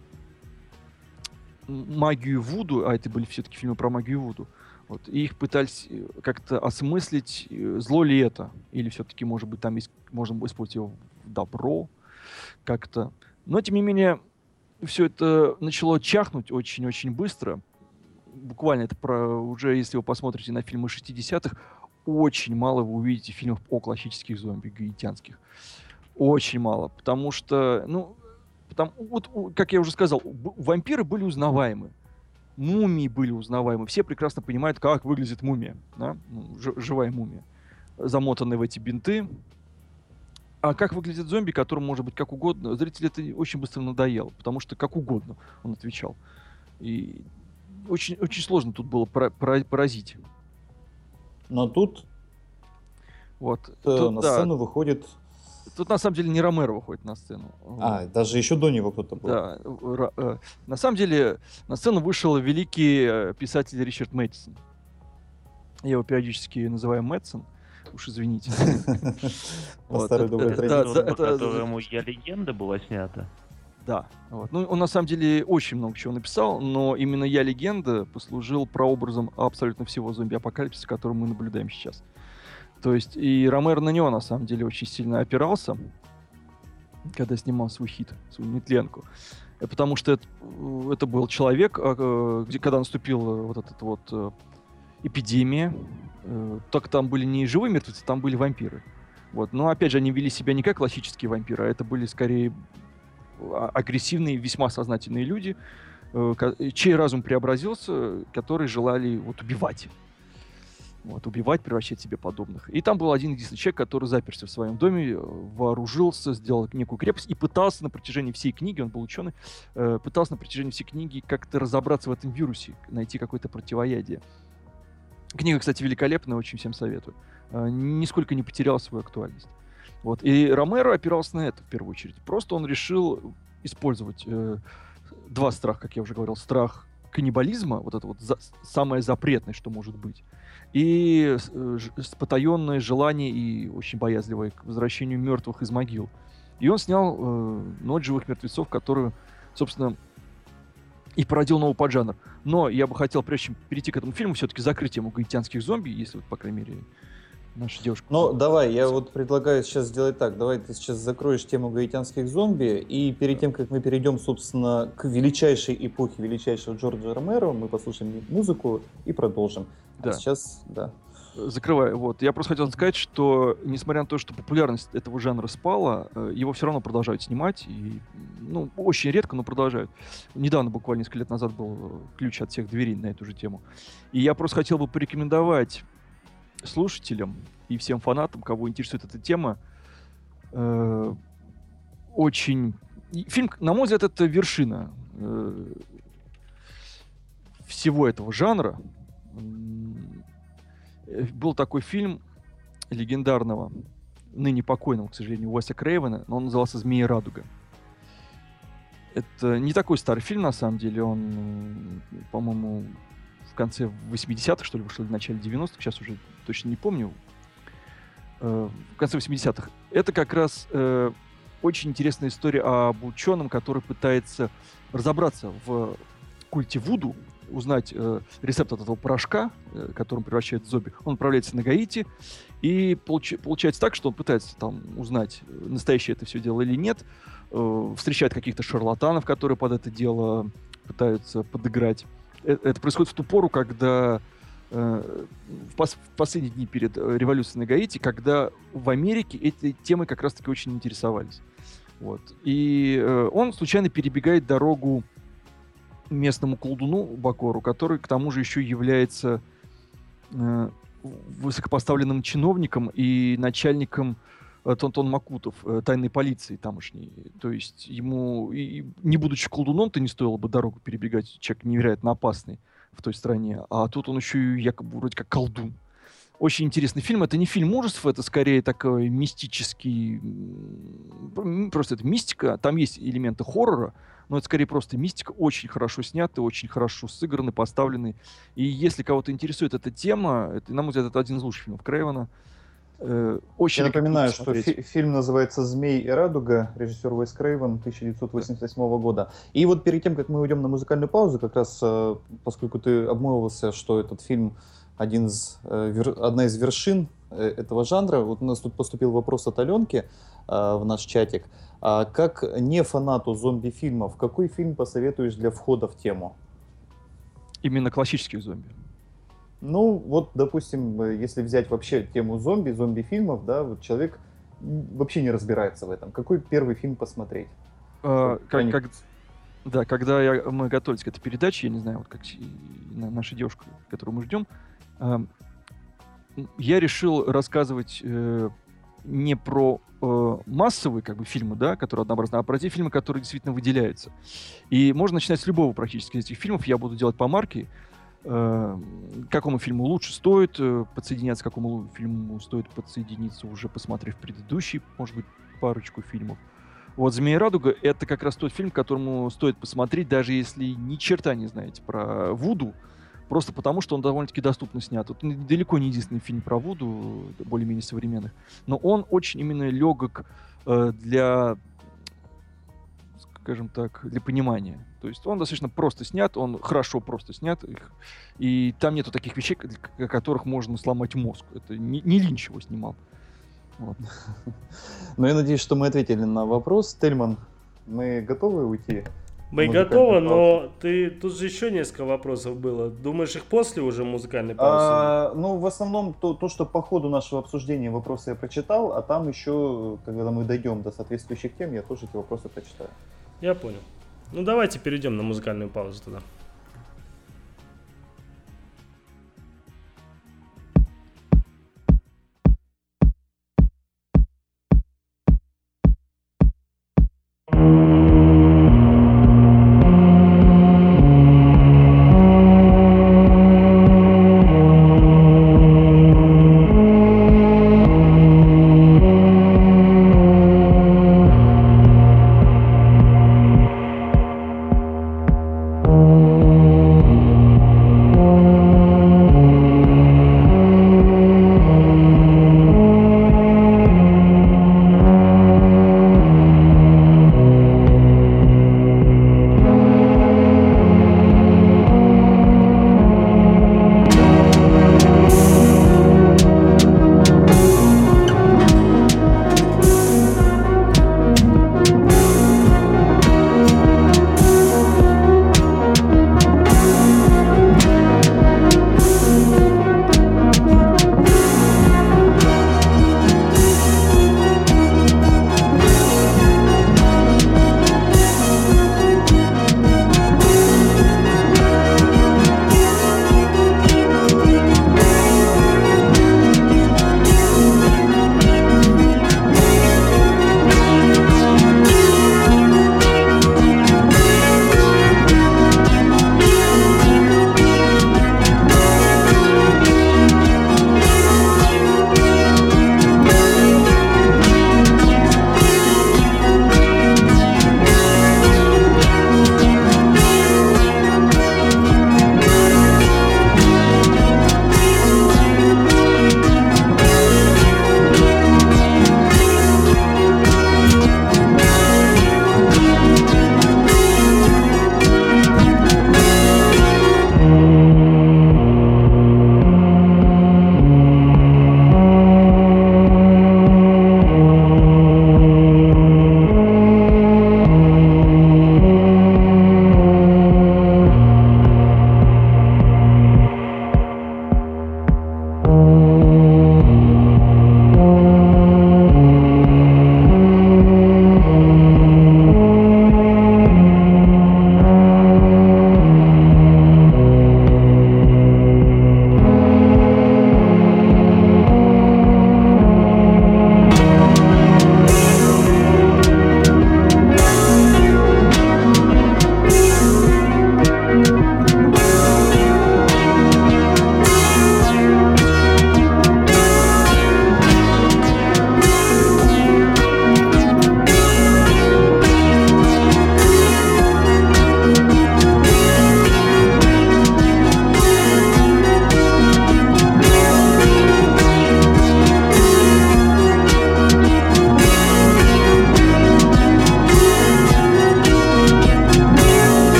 магию Вуду, а это были все-таки фильмы про магию Вуду, вот, и их пытались как-то осмыслить, зло ли это, или все-таки, может быть, там можно использовать его в добро как-то. Но, тем не менее, все это начало чахнуть очень-очень быстро. Буквально это уже, если вы посмотрите на фильмы 60-х, очень мало вы увидите фильмов о классических зомби, гаитянских. Очень мало, потому что, как я уже сказал, вампиры были узнаваемы. Мумии были узнаваемы. Все прекрасно понимают, как выглядит мумия. Да? Живая мумия. Замотанная в эти бинты. А как выглядит зомби, которому может быть как угодно, зрителю это очень быстро надоело. Потому что как угодно он отвечал. И очень, очень сложно тут было поразить. Но тут, на сцену выходит... Тут, на самом деле, не Ромеро выходит на сцену. Даже еще до него кто-то был. Да. На самом деле, на сцену вышел великий писатель Ричард Мэтисон. Я его периодически называю Мэтсон. Уж извините. По старой доброй традиции. По которому «Я легенда» была снята. Да. Он, на самом деле, очень много чего написал, но именно «Я легенда» послужил прообразом абсолютно всего зомби-апокалипсиса, который мы наблюдаем сейчас. То есть и Ромеро на него, на самом деле, очень сильно опирался, когда снимал свой хит, свою нетленку. Потому что это был человек, когда наступила вот эта вот эпидемия, только там были не живые мертвецы, там были вампиры. Вот. Но, опять же, они вели себя не как классические вампиры, а это были скорее агрессивные, весьма сознательные люди, чей разум преобразился, которые желали убивать. Убивать, превращать себе подобных. И там был один единственный человек, который заперся в своем доме, вооружился, сделал некую крепость и пытался на протяжении всей книги, он был ученый, пытался на протяжении всей книги как-то разобраться в этом вирусе, найти какое-то противоядие. Книга, кстати, великолепная, очень всем советую. Нисколько не потеряла свою актуальность. Вот. И Ромеро опирался на это в первую очередь. Просто он решил использовать два страха, как я уже говорил. Страх каннибализма, вот это вот самое запретное, что может быть, и потаенное желание и очень боязливое к возвращению мертвых из могил. И он снял «Ночь живых мертвецов», которую, собственно, и породил новый поджанр. Но я бы хотел, прежде чем перейти к этому фильму, все-таки закрыть тему гаитянских зомби, если, по крайней мере, наша девушка... Давай, я предлагаю сейчас сделать так. Давай ты сейчас закроешь тему гаитянских зомби, и перед тем, как мы перейдем, собственно, к величайшей эпохе величайшего Джорджа Ромеро, мы послушаем музыку и продолжим. Да. А сейчас, да. Закрываю. Я просто хотел сказать, что, несмотря на то, что популярность этого жанра спала, его все равно продолжают снимать. И, очень редко, но продолжают. Недавно, буквально несколько лет назад, был ключ от всех дверей на эту же тему. И я просто хотел бы порекомендовать слушателям и всем фанатам, кого интересует эта тема, очень... Фильм, на мой взгляд, это вершина всего этого жанра. Был такой фильм легендарного, ныне покойного, к сожалению, Уэса Крейвена, но он назывался «Змея Радуга». Это не такой старый фильм, на самом деле. Он, по-моему, в конце 80-х, что ли, вышел, в начале 90-х, сейчас уже точно не помню. В конце 80-х. это как раз очень интересная история об ученом, который пытается разобраться в культе Вуду, узнать рецепт от этого порошка, которым превращает в зомби. Он отправляется на Гаити, и получается так, что он пытается там узнать, настоящее это все дело или нет, встречает каких-то шарлатанов, которые под это дело пытаются подыграть. Это происходит в ту пору, когда в последние дни перед революцией на Гаити, когда в Америке этой темой как раз-таки очень интересовались. Вот. И он случайно перебегает дорогу местному колдуну Бакору, который к тому же еще является высокопоставленным чиновником и начальником Тонтон Макутов, тайной полиции тамошней. То есть ему, не будучи колдуном-то, не стоило бы дорогу перебегать, человек невероятно опасный в той стране, а тут он еще и якобы вроде как колдун. Очень интересный фильм. Это не фильм ужасов, это скорее такой мистический... Просто это мистика. Там есть элементы хоррора, но это скорее просто мистика. Очень хорошо снятый, очень хорошо сыгранный, поставленный. И если кого-то интересует эта тема, это, на мой взгляд, это один из лучших фильмов Крейвена. Очень Я напоминаю, что фильм называется «Змей и радуга», режиссер Уэс Крейвен, 1988 года. И вот перед тем, как мы уйдем на музыкальную паузу, как раз поскольку ты обмолвился, что этот фильм одна из вершин этого жанра, вот у нас тут поступил вопрос от Аленки в наш чатик. Как не фанату зомби-фильмов, какой фильм посоветуешь для входа в тему? Именно классических зомби. Ну, вот, допустим, если взять вообще тему зомби-фильмов, да, вот человек вообще не разбирается в этом. Какой первый фильм посмотреть? Когда мы готовились к этой передаче, я не знаю, вот как наша девушка, которую мы ждем, я решил рассказывать не про массовые как бы фильмы, да, которые однообразны, а про те фильмы, которые действительно выделяются. И можно начинать с любого практически из этих фильмов. Я буду делать по марке. К какому фильму лучше стоит подсоединяться, к какому фильму стоит подсоединиться, уже посмотрев предыдущий, может быть, парочку фильмов. Вот «Змея и радуга» — это как раз тот фильм, которому стоит посмотреть, даже если ни черта не знаете про Вуду, просто потому, что он довольно-таки доступно снят. Это далеко не единственный фильм про Вуду, более-менее современных, но он очень именно легок для, скажем так, для понимания. То есть он достаточно просто снят, он хорошо просто снят, и там нету таких вещей, о которых можно сломать мозг. Это не Линч его снимал. Вот. Ну, я надеюсь, что мы ответили на вопрос. Тельман, мы готовы уйти? Мы готовы, но тут же еще несколько вопросов было. Думаешь, их после уже музыкальной паузы? Ну, в основном то, что по ходу нашего обсуждения вопросы я прочитал, а там еще, когда мы дойдем до соответствующих тем, я тоже эти вопросы прочитаю. Я понял. Ну, давайте перейдем на музыкальную паузу тогда.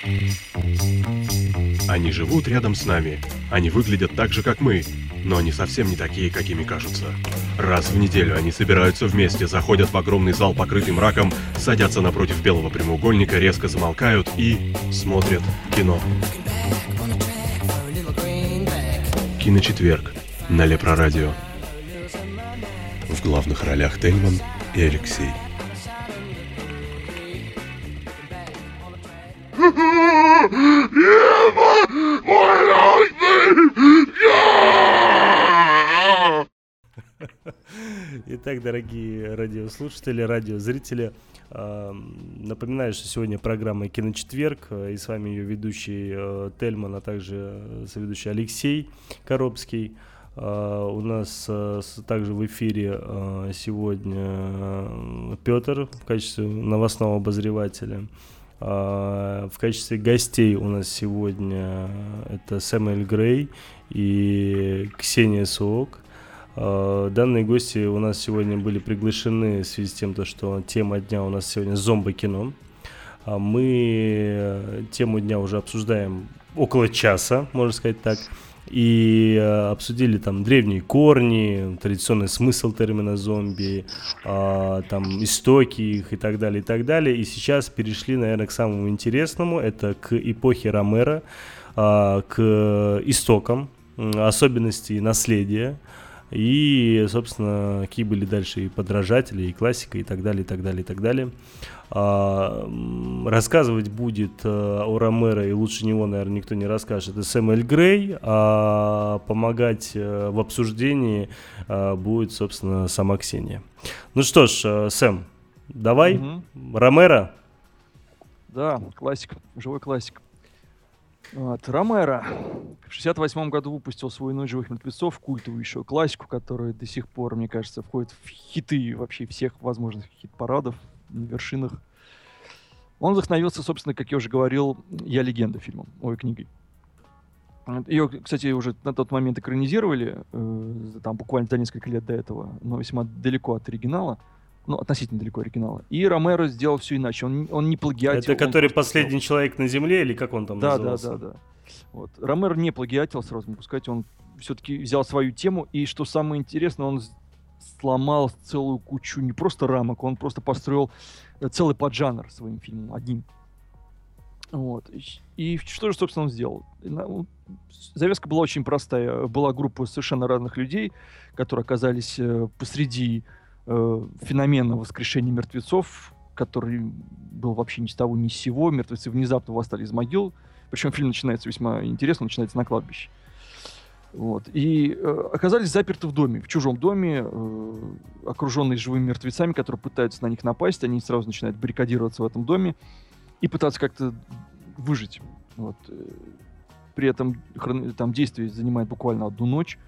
Они живут рядом с нами. Они выглядят так же, как мы, но они совсем не такие, какими кажутся. Раз в неделю они собираются вместе, заходят в огромный зал, покрытый мраком, садятся напротив белого прямоугольника, резко замолкают и смотрят кино. Киночетверг на Лепрорадио. В главных ролях Тельман и Алексей. Итак, дорогие радиослушатели, радиозрители, напоминаю, что сегодня программа «Киночетверг», и с вами ее ведущий Тельман, а также соведущий Алексей Коробский. У нас также в эфире сегодня Петр в качестве новостного обозревателя. В качестве гостей у нас сегодня это Сэмюэль Грей и Ксения Суок. Данные гости у нас сегодня были приглашены в связи с тем, что тема дня у нас сегодня зомби-кино. Мы тему дня уже обсуждаем около часа, можно сказать так. И обсудили там древние корни, традиционный смысл термина зомби, там истоки их и так далее, и так далее. И сейчас перешли, наверное, к самому интересному. Это к эпохе Ромеро, к истокам, особенности наследия. И, собственно, какие были дальше и подражатели, и классика, и так далее, и так далее, и так далее. Рассказывать будет о Ромеро, и лучше него, наверное, никто не расскажет, это Сэмюэль Грей, а помогать в обсуждении будет, собственно, сама Ксения. Ну что ж, Сэм, давай, Ромеро. Да, классик, живой классик. Вот, Ромеро в 1968 году выпустил свою «Ночь живых мертвецов», культовую еще классику, которая до сих пор, мне кажется, входит в хиты вообще всех возможных хит-парадов, на вершинах. Он вдохновился, собственно, как я уже говорил, «Я легенда» фильмом, книгой. Ее, кстати, уже на тот момент экранизировали, там буквально за несколько лет до этого, но весьма далеко от оригинала. Ну, относительно далеко оригинала. И Ромеро сделал все иначе. Он не плагиатил. Это который «Последний человек на земле» или как он там назывался? Да. Вот. Ромеро не плагиатил, сразу могу сказать. Он все-таки взял свою тему. И что самое интересное, он сломал целую кучу не просто рамок, он просто построил целый поджанр своим фильмом, одним. Вот. И что же, собственно, он сделал? Завязка была очень простая. Была группа совершенно разных людей, которые оказались посреди феномена воскрешения мертвецов, который был вообще ни с того ни с сего. Мертвецы внезапно восстали из могил. Причем фильм начинается весьма интересно, начинается на кладбище. Вот. И оказались заперты в доме, в чужом доме, окруженные живыми мертвецами, которые пытаются на них напасть. Они сразу начинают баррикадироваться в этом доме и пытаться как-то выжить. Вот. При этом там действие занимает буквально одну ночь.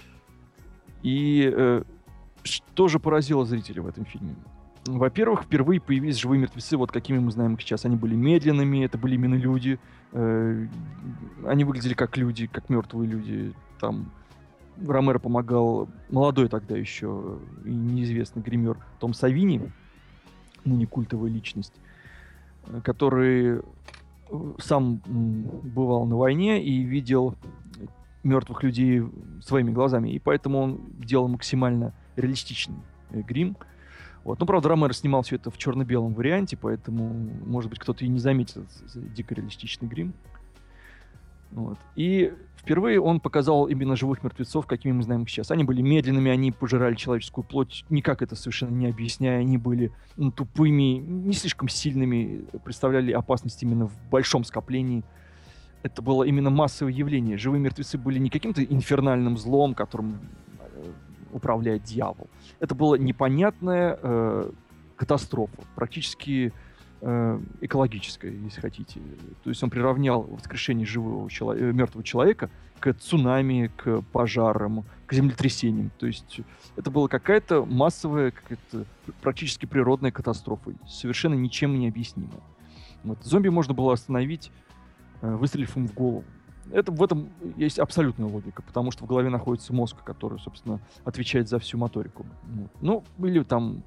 И что же поразило зрителей в этом фильме? Во-первых, впервые появились живые мертвецы, вот какими мы знаем их сейчас. Они были медленными, это были именно люди. Они выглядели как люди, как мертвые люди. Там Ромеро помогал молодой тогда еще и неизвестный гример Том Савини, ныне культовая личность, который сам бывал на войне и видел мертвых людей своими глазами. И поэтому он делал максимально реалистичный грим. Вот. Ну, правда, Ромеро снимал все это в черно-белом варианте, поэтому, может быть, кто-то и не заметил дико реалистичный грим. Вот. И впервые он показал именно живых мертвецов, какими мы знаем их сейчас. Они были медленными, они пожирали человеческую плоть, никак это совершенно не объясняя. Они были тупыми, не слишком сильными, представляли опасность именно в большом скоплении. Это было именно массовое явление. Живые мертвецы были не каким-то инфернальным злом, которым управляет дьявол. Это была непонятная катастрофа, практически экологическая, если хотите. То есть он приравнял воскрешение мертвого человека к цунами, к пожарам, к землетрясениям. То есть это была какая-то массовая, какая-то практически природная катастрофа, совершенно ничем не объяснимая. Вот. Зомби можно было остановить, выстрелив им в голову. В этом есть абсолютная логика, потому что в голове находится мозг, который, собственно, отвечает за всю моторику. Ну, или там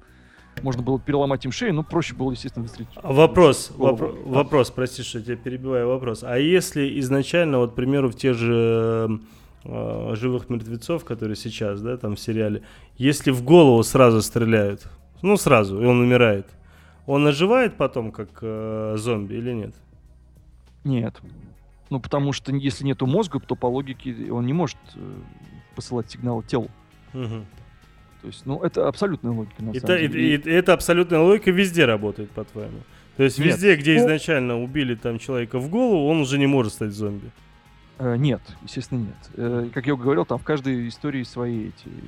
можно было переломать им шею, но проще было, естественно, выстрелить. Вопрос, прости, что я тебя перебиваю, вопрос. А если изначально, вот, к примеру, в тех же «Живых мертвецов», которые сейчас, да, там в сериале, если в голову сразу стреляют, ну сразу, и он умирает, он оживает потом как зомби или нет? Нет. Ну, потому что если нету мозга, то по логике он не может посылать сигналы телу. Угу. То есть, ну, это абсолютная логика, на самом деле. И эта абсолютная логика везде работает, по-твоему? То есть Нет. везде, где изначально убили там человека в голову, он уже не может стать зомби? Нет, естественно, нет. Как я говорил, там в каждой истории свои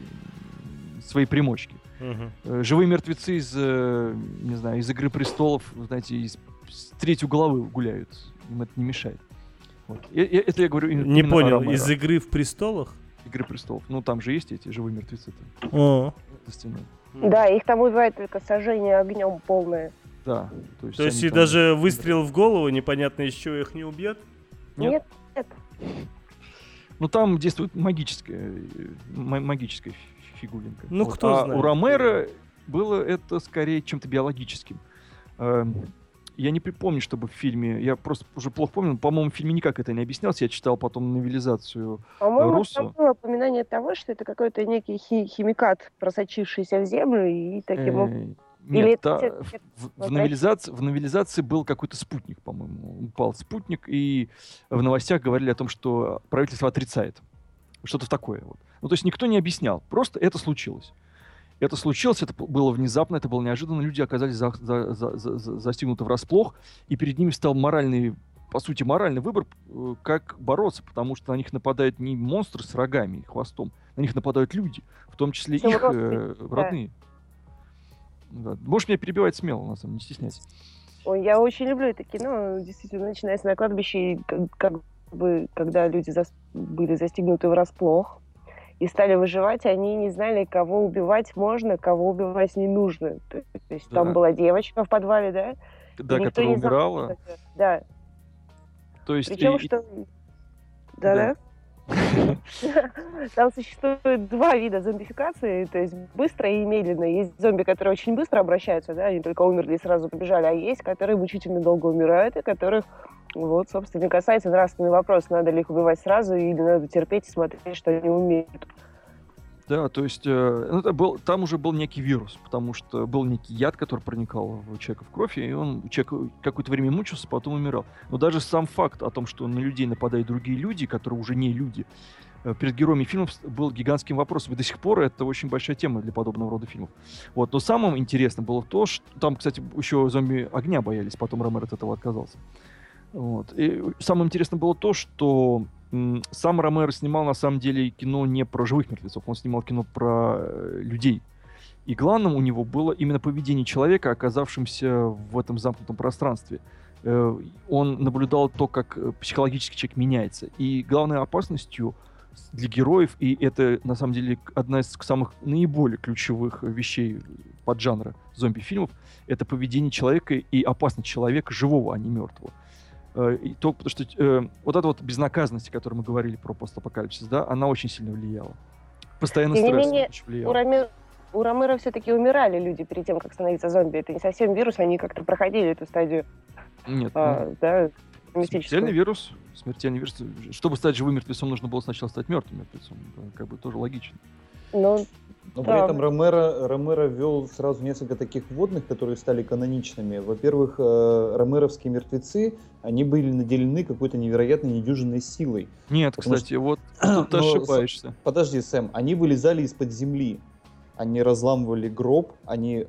примочки. Угу. Живые мертвецы из, не знаю, из «Игры престолов», знаете, с третьей главы гуляют. Им это не мешает. Вот. Это я говорю не понял, из «Игры в престолах»? «Игры престолов». Ну, там же есть эти живые мертвецы-то. О. Да, их там убивает только сожжение огнем полное. Да. То есть и даже выстрел в голову, непонятно из чего, их не убьет? Нет. Ну, там действует магическая фигулинка. Ну, вот. кто знает. У Ромеро было это скорее чем-то биологическим. Я не припомню, чтобы в фильме... Я просто уже плохо помню. По-моему, в фильме никак это не объяснялось. Я читал потом новелизацию По-моему, там было упоминание того, что это какой-то некий химикат, просочившийся в землю и таким образом... Нет, в новелизации был какой-то спутник, по-моему. Упал спутник, и в новостях говорили о том, что правительство отрицает. Что-то такое. Вот. Ну, то есть никто не объяснял. Просто это случилось. Это случилось, это было внезапно, это было неожиданно. Люди оказались застигнуты врасплох, и перед ними стал по сути, моральный выбор, как бороться, потому что на них нападают не монстры с рогами и хвостом, на них нападают люди, в том числе их родные. Да. Можешь меня перебивать смело, на самом деле, не стесняйся. Ой, я очень люблю это кино, действительно, начинается на кладбище, и как бы, когда люди были застигнуты врасплох и стали выживать, они не знали, кого убивать можно, кого убивать не нужно. То есть там была девочка в подвале, да? Да, которая умирала. Да. То есть... Причем, что... Да. Там существует два вида зомбификации, то есть быстро и медленно. Есть зомби, которые очень быстро обращаются, да, они только умерли и сразу побежали, а есть, которые мучительно долго умирают, и которых, вот, собственно, касается нравственный вопрос, надо ли их убивать сразу или надо терпеть и смотреть, что они умеют. Да, то есть там уже был некий вирус, потому что был некий яд, который проникал в человека в кровь, и человек какое-то время мучился, потом умирал. Но даже сам факт о том, что на людей нападают другие люди, которые уже не люди, перед героями фильмов был гигантским вопросом. И до сих пор это очень большая тема для подобного рода фильмов. Вот. Но самым интересным было то, что там, кстати, еще зомби огня боялись, потом Ромеро от этого отказался. Вот. И самым интересным было то, что сам Ромеро снимал, на самом деле, кино не про живых мертвецов, он снимал кино про людей. И главным у него было именно поведение человека, оказавшимся в этом замкнутом пространстве. Он наблюдал то, как психологически человек меняется. И главной опасностью для героев, и это, на самом деле, одна из самых наиболее ключевых вещей поджанра зомби-фильмов, это поведение человека и опасность человека живого, а не мертвого. Потому что вот эта вот безнаказанность, о которой мы говорили про постапокалипсис, да, она очень сильно влияла. Постоянно стресс очень влиял. У Ромеро все-таки умирали люди перед тем, как становиться зомби. Это не совсем вирус, они как-то проходили эту стадию. Нет. Да, смертельный вирус. Чтобы стать живым мертвецом, нужно было сначала стать мертвым мертвецом. Как бы тоже логично. Но при этом Ромеро ввел сразу несколько таких вводных, которые стали каноничными. Во-первых, ромеровские мертвецы, они были наделены какой-то невероятной недюжинной силой. Нет, кстати, вот тут ты ошибаешься. Подожди, Сэм, они вылезали из-под земли. Они разламывали гроб, они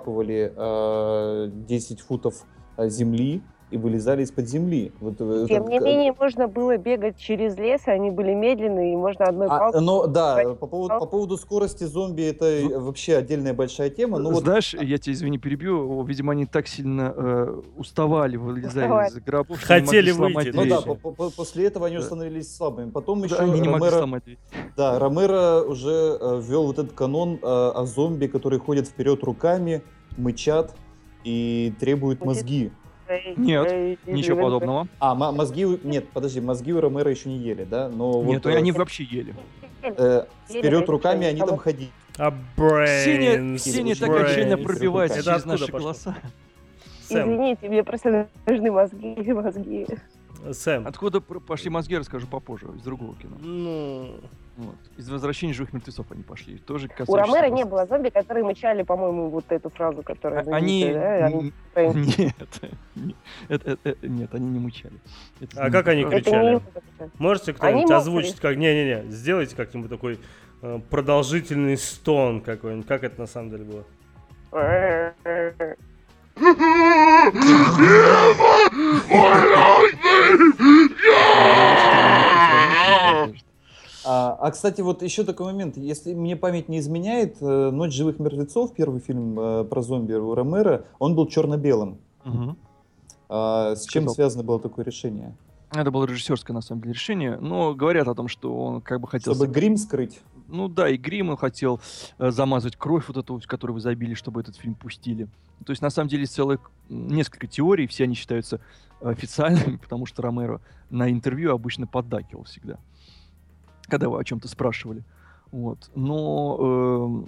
раскапывали 10 футов земли и вылезали из-под земли. Тем не менее, можно было бегать через лес, и они были медленные, и можно одной палкой... По поводу скорости зомби, это вообще отдельная большая тема. Знаешь, я тебя, извини, перебью, видимо, они так сильно уставали, вылезали из гробов, что хотели не могли выйти. Ну да, после этого они становились слабыми. Потом еще они не могли сломать дверь. Да, Ромеро уже ввел вот этот канон о зомби, которые ходят вперед руками, мычат и требуют мозги. Нет, ничего подобного. Нет, подожди, мозги у Ромеро еще не ели, да? Но Нет, вот, они вообще ели. вперед руками они там ходили. Синий так отчаянно пробивается Это через откуда наши пошло? голоса. Сэм, Извините, мне просто нужны мозги. Сэм, Откуда пошли мозги, расскажу попозже, из другого кино. ну, Вот. Из «Возвращения живых мертвецов» они пошли. Тоже У Ромеро не было зомби, которые мычали, по-моему, вот эту фразу, которая... Они... знаменитая, да? Нет, они не мычали. Это а как они знаменитая Это кричали? не... Можете Они кто-нибудь мокрые. озвучить? Не-не-не, сделайте как-нибудь такой продолжительный стон какой-нибудь. Как это на самом деле было? фраза. Кстати, вот еще такой момент. Если мне память не изменяет, «Ночь живых мертвецов», первый фильм про зомби у Ромеро, он был черно-белым. Мгм. С чем Сказал. связано было такое решение? Это было режиссерское, на самом деле, решение. Но говорят о том, что он как бы хотел... Чтобы грим скрыть? Ну да, и грим он хотел замазать кровь вот эту, которую вы забили, чтобы этот фильм пустили. То есть, на самом деле, несколько теорий, все они считаются официальными, потому что Ромеро на интервью обычно поддакивал всегда, когда его о чем-то спрашивали. Вот. Но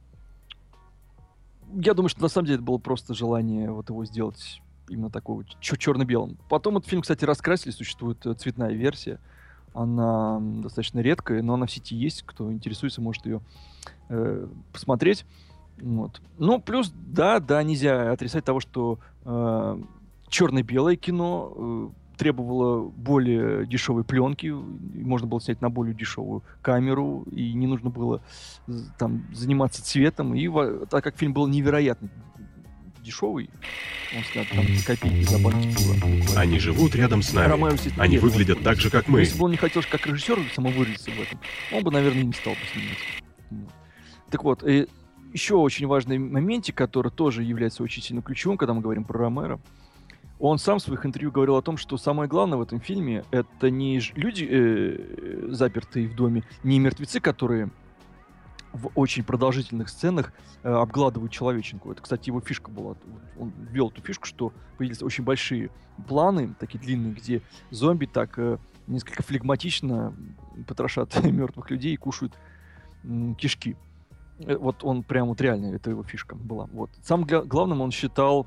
я думаю, что на самом деле это было просто желание вот его сделать именно такой вот черно-белым. Потом этот фильм, кстати, раскрасили, существует цветная версия. Она достаточно редкая, но она в сети есть. Кто интересуется, может ее посмотреть. Вот. Ну, плюс, да, нельзя отрицать того, что черно-белое кино требовало более дешевой пленки, можно было снять на более дешевую камеру, и не нужно было там заниматься цветом. И так как фильм был невероятно дешевый, он снят там за копейки, за банки пива. Они живут рядом с нами. Ромеро, естественно, Они нет. выглядят так же, как мы. Если бы он не хотел как режиссер самовыразиться в этом, он бы, наверное, не стал бы снимать. Вот. Так вот, еще очень важный моментик, который тоже является очень сильно ключевым, когда мы говорим про Ромеро. Он сам в своих интервью говорил о том, что самое главное в этом фильме — это не люди, запертые в доме, не мертвецы, которые в очень продолжительных сценах обгладывают человеченку. Это, кстати, его фишка была. Он ввел эту фишку, что появились очень большие планы, такие длинные, где зомби так несколько флегматично потрошат мертвых людей и кушают кишки. Вот он прям вот реально, это его фишка была. Вот. Самым главным он считал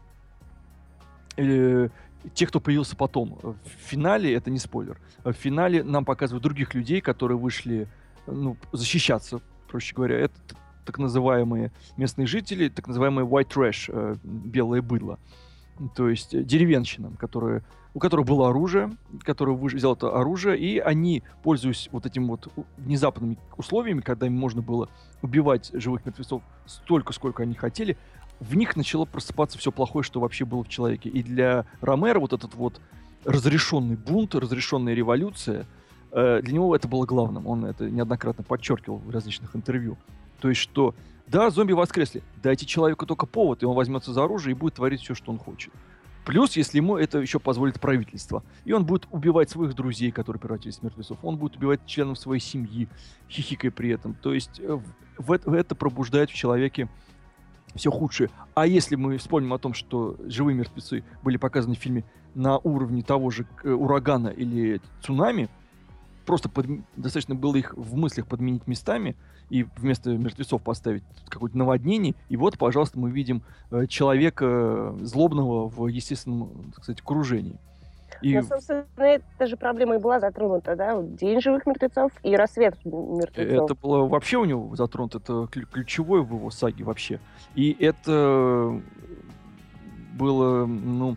тех, кто появился потом. В финале, это не спойлер, в финале нам показывают других людей, которые вышли защищаться, проще говоря. Это так называемые местные жители, так называемые white trash, белое быдло. То есть деревенщина, у которых было оружие, который взял это оружие, и они, пользуясь вот этими вот внезапными условиями, когда им можно было убивать живых мертвецов столько, сколько они хотели, в них начало просыпаться все плохое, что вообще было в человеке. И для Ромеро вот этот вот разрешенный бунт, разрешенная революция, для него это было главным. Он это неоднократно подчеркивал в различных интервью. То есть, что да, зомби воскресли, дайте человеку только повод, и он возьмется за оружие и будет творить все, что он хочет. Плюс, если ему это еще позволит правительство. И он будет убивать своих друзей, которые превратились в мертвецов. Он будет убивать членов своей семьи, хихикая при этом. То есть, это пробуждает в человеке все худшее. А если мы вспомним о том, что живые мертвецы были показаны в фильме на уровне того же урагана или цунами, просто достаточно было их в мыслях подменить местами и вместо мертвецов поставить какое-то наводнение. И вот, пожалуйста, мы видим человека злобного в естественном, так сказать, окружении. И... Ну, собственно, эта же проблема и была затронута, да? День живых мертвецов и рассвет мертвецов. Это было вообще у него затронуто, это ключевое в его саге вообще. И это было,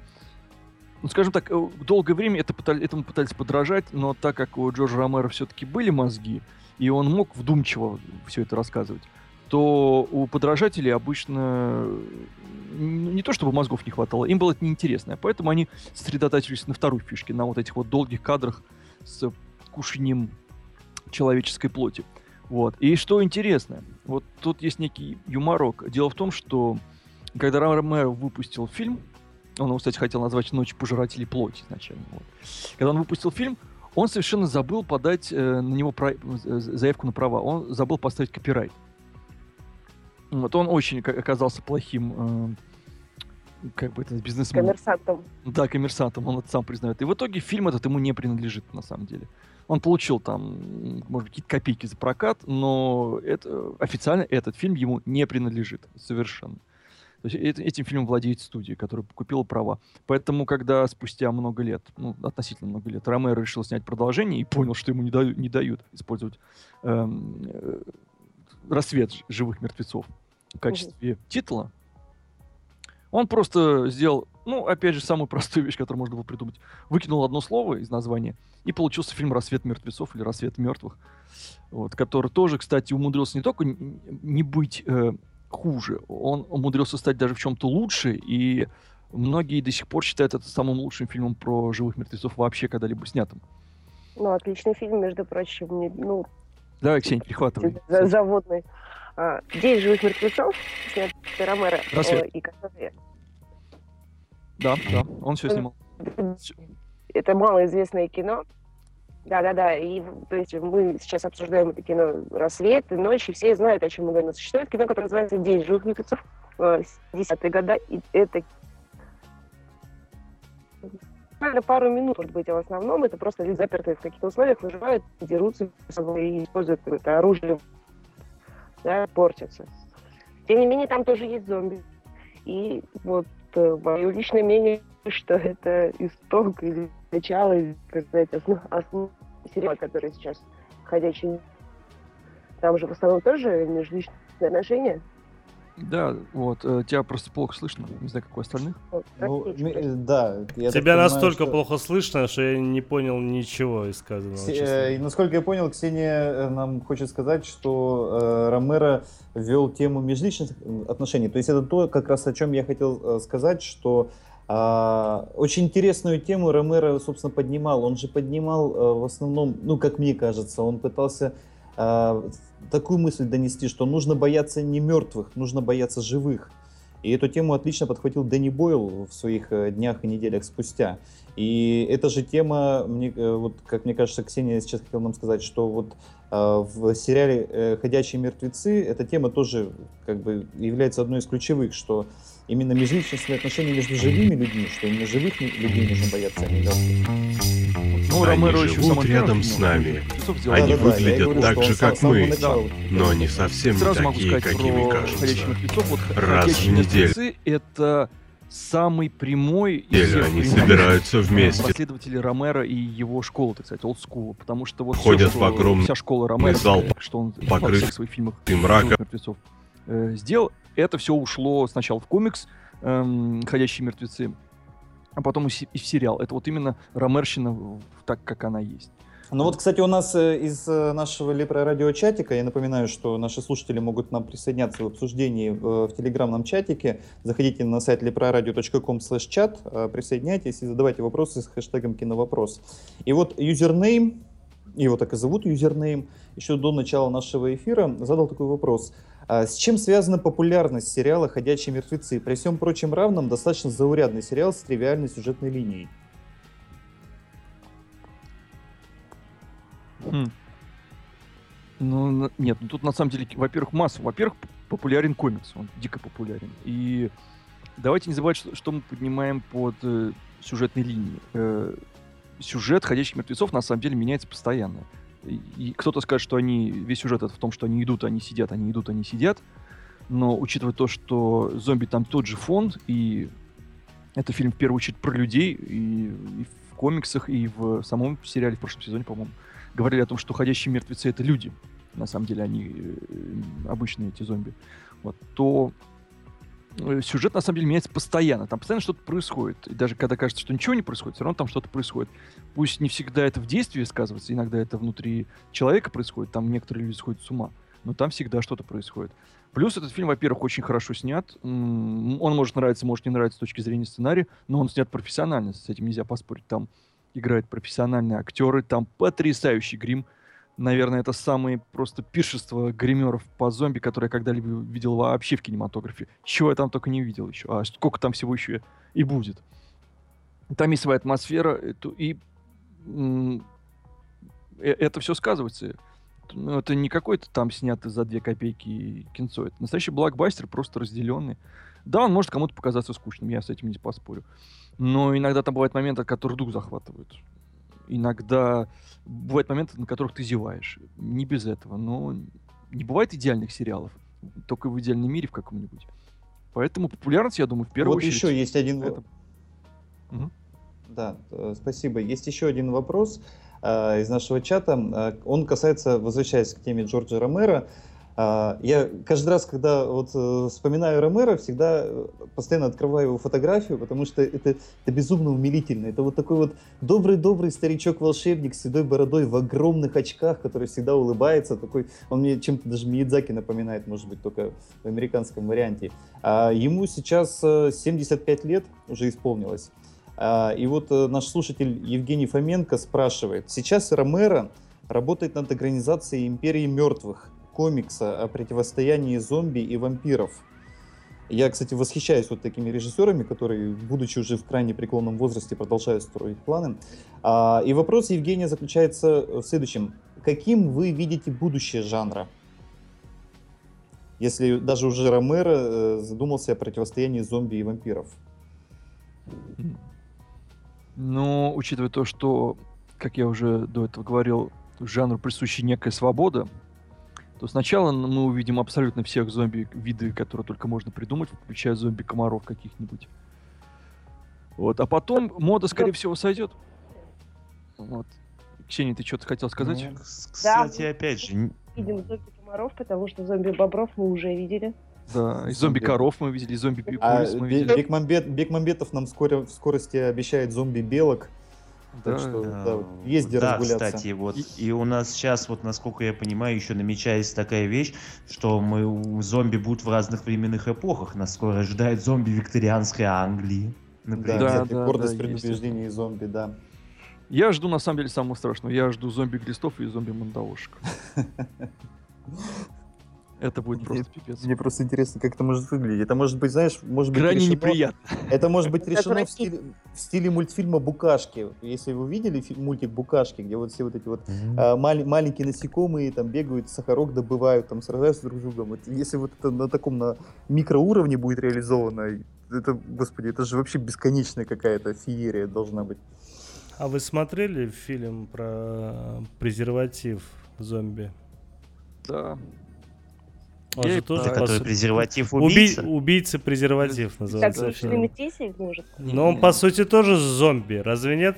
скажем так, долгое время этому пытались подражать, но так как у Джорджа Ромеро все-таки были мозги, и он мог вдумчиво все это рассказывать, то у подражателей обычно не то чтобы мозгов не хватало, им было это неинтересно. Поэтому они сосредотачивались на второй фишке, на вот этих вот долгих кадрах с кушанием человеческой плоти. Вот. И что интересно, вот тут есть некий юморок. Дело в том, что когда Ромеро выпустил фильм, он его, кстати, хотел назвать «Ночь пожирателей плоти» изначально. Вот. Когда он выпустил фильм, он совершенно забыл подать на него заявку на права. Он забыл поставить копирайт. Вот он очень оказался плохим как бы это бизнесмен. Коммерсантом. Да, коммерсантом, он это сам признает. И в итоге фильм этот ему не принадлежит, на самом деле. Он получил там, может быть, какие-то копейки за прокат, но официально этот фильм ему не принадлежит совершенно. То есть этим фильмом владеет студия, которая купила права. Поэтому, когда спустя много лет, относительно много лет, Ромеро решил снять продолжение и понял, что ему не дают использовать «Рассвет живых мертвецов» в качестве титула, он просто сделал, опять же, самую простую вещь, которую можно было придумать. Выкинул одно слово из названия, и получился фильм «Рассвет мертвецов» или «Рассвет мертвых», который тоже, кстати, умудрился не только не быть хуже, он умудрился стать даже в чем-то лучше, и многие до сих пор считают это самым лучшим фильмом про живых мертвецов вообще когда-либо снятым. Отличный фильм, между прочим. Давай, Ксения, перехватывай. Заводный. 9 живых мертвецов, снятый Ромеро. «Рассвет». Да, он все снимал. Это малоизвестное кино. Да. И то есть мы сейчас обсуждаем это кино «Рассвет» и «Ночь», и все знают, о чем мы говорим. Существует кино, которое называется «9 живых мертвецов», 70-е годы, и это пару минут, может быть, а в основном это просто люди запертые в каких-то условиях, выживают, дерутся и используют это оружие, портятся. Тем не менее, там тоже есть зомби. И мое личное мнение, что это исток или начало, так сказать, основной сериал, который сейчас ходячий. Там же в основном тоже межличные отношения. Да, тебя просто плохо слышно, не знаю, как у остальных. Да. Тебя настолько плохо слышно, что я не понял ничего из сказанного. И насколько я понял, Ксения нам хочет сказать, что Ромеро ввел тему межличных отношений. То есть это то, как раз о чем я хотел сказать, что очень интересную тему Ромеро, собственно, поднимал. Он же поднимал в основном, как мне кажется, он пытался такую мысль донести, что нужно бояться не мертвых, нужно бояться живых. И эту тему отлично подхватил Дэнни Бойл в своих днях и неделях спустя. И эта же тема, как мне кажется, Ксения сейчас хотела нам сказать, что в сериале «Ходячие мертвецы» эта тема тоже является одной из ключевых, что именно межличностные отношения между живыми людьми, что именно живых людей нужно бояться, а не мертвых. Они живут рядом с нами. Они выглядят так же, как мы, но они совсем не такие, какими кажутся. Раз в неделю это самый прямой из они собираются вместе. Последователи Ромеро и его школы, так сказать, old school, потому что ходят в огромный вся школа Ромеро, зал, что он покрыт во всех своих фильмах мраком, мертвецов сделал. Это все ушло сначала в комикс «Ходячие мертвецы», а потом и в сериал. Это именно ромерщина так, как она есть. Кстати, у нас из нашего Лепро-радио-чатика, я напоминаю, что наши слушатели могут к нам присоединяться в обсуждении в телеграмном чатике. Заходите на сайт leproradio.com/чат, присоединяйтесь и задавайте вопросы с хэштегом «Киновопрос». И юзернейм, его так и зовут юзернейм, еще до начала нашего эфира задал такой вопрос. С чем связана популярность сериала «Ходячие мертвецы»? При всем прочем равном, достаточно заурядный сериал с тривиальной сюжетной линией. Нет, тут на самом деле, во-первых, масса. Во-первых, популярен комикс, он дико популярен. И давайте не забывать, что мы поднимаем под сюжетной линией. Сюжет «Ходячих мертвецов» на самом деле меняется постоянно. И кто-то скажет, что весь сюжет это в том, что они идут, они сидят, они идут, они сидят. Но учитывая то, что зомби там тот же фонд, и это фильм в первую очередь про людей, и в комиксах, и в самом сериале в прошлом сезоне, по-моему, говорили о том, что ходящие мертвецы — это люди. На самом деле они обычные, эти зомби. То сюжет на самом деле меняется постоянно. Там постоянно что-то происходит. И даже когда кажется, что ничего не происходит, все равно там что-то происходит. Пусть не всегда это в действии сказывается, иногда это внутри человека происходит, там некоторые люди сходят с ума, но там всегда что-то происходит. Плюс этот фильм, во-первых, очень хорошо снят. Он может нравиться, может не нравиться с точки зрения сценария, но он снят профессионально, с этим нельзя поспорить. Там играют профессиональные актеры, там потрясающий грим. Наверное, это самое просто пиршество гримеров по зомби, которые я когда-либо видел вообще в кинематографе. Чего я там только не видел еще. А сколько там всего еще и будет. Там есть своя атмосфера, и это все сказывается. Ну, это не какой-то там снятый за 2 копейки кинцо. Это настоящий блокбастер, просто разделенный. Да, он может кому-то показаться скучным, я с этим не поспорю. Но иногда там бывают моменты, которые дух захватывают. Иногда бывают моменты, на которых ты зеваешь. Не без этого. Но не бывает идеальных сериалов. Только в идеальном мире в каком-нибудь. Поэтому популярность, я думаю, в первую Вот очередь... еще есть один... это- Мгм. Да, спасибо. Есть еще один вопрос из нашего чата. Он касается, возвращаясь к теме Джорджа Ромеро. Я каждый раз, когда вот вспоминаю Ромеро, всегда постоянно открываю его фотографию, потому что это безумно умилительно. Это вот такой вот добрый-добрый старичок-волшебник с седой бородой в огромных очках, который всегда улыбается. Такой, он мне чем-то даже Миядзаки напоминает, может быть, только в американском варианте. Ему сейчас 75 лет уже исполнилось. И вот наш слушатель Евгений Фоменко спрашивает. Сейчас Ромеро работает над экранизацией «Империи мертвых», комикса о противостоянии зомби и вампиров. Я, кстати, восхищаюсь вот такими режиссерами, которые, будучи уже в крайне преклонном возрасте, продолжают строить планы. И вопрос Евгения заключается в следующем. Каким вы видите будущее жанра? Если даже уже Ромеро задумался о противостоянии зомби и вампиров. Но, учитывая то, что, как я уже до этого говорил, жанру присуща некая свобода, то сначала мы увидим абсолютно всех зомби-виды, которые только можно придумать, включая зомби-комаров каких-нибудь. Вот. А потом мода, скорее всего, сойдет. Вот. Ксения, ты что-то хотел сказать? Ну, кстати, опять же, Видим зомби-комаров, потому что зомби-бобров мы уже видели. Да, и зомби-коров мы видели, и А зомби-пикулис мы видели. Бекмамбетов нам скоро в скорости обещает зомби-белок. Так Да. что да, вот есть где да, разгуляться. кстати, вот и у нас сейчас, вот насколько я понимаю, еще намечается такая вещь, что зомби будут в разных временных эпохах. Нас скоро ожидает зомби викторианской Англии, например. Да, Да, кстати, да, гордость да, есть предупреждений и зомби, да. Я жду, на самом деле, самого страшного. Я жду зомби-глистов и зомби-мандавошек. Это будет просто пипец. Мне просто интересно, как это может выглядеть. Это может быть, знаешь, может быть Крайне решено- неприятно. Это может быть решено в Отвратительно. стиле мультфильма «Букашки». Если вы видели мультик «Букашки», где вот все вот эти вот маленькие насекомые там бегают, сахарок добывают, там сражаются друг с другом. Вот если вот это на таком на микроуровне будет реализовано, это, господи, это же вообще бесконечная какая-то феерия должна быть. А вы смотрели фильм про презерватив зомби? Да. Он Я же и тоже про- по Который сути- презерватив убийца. Убийца презерватив Так, называется да, фильм. Клематисик, может? Но он по сути тоже зомби, разве нет?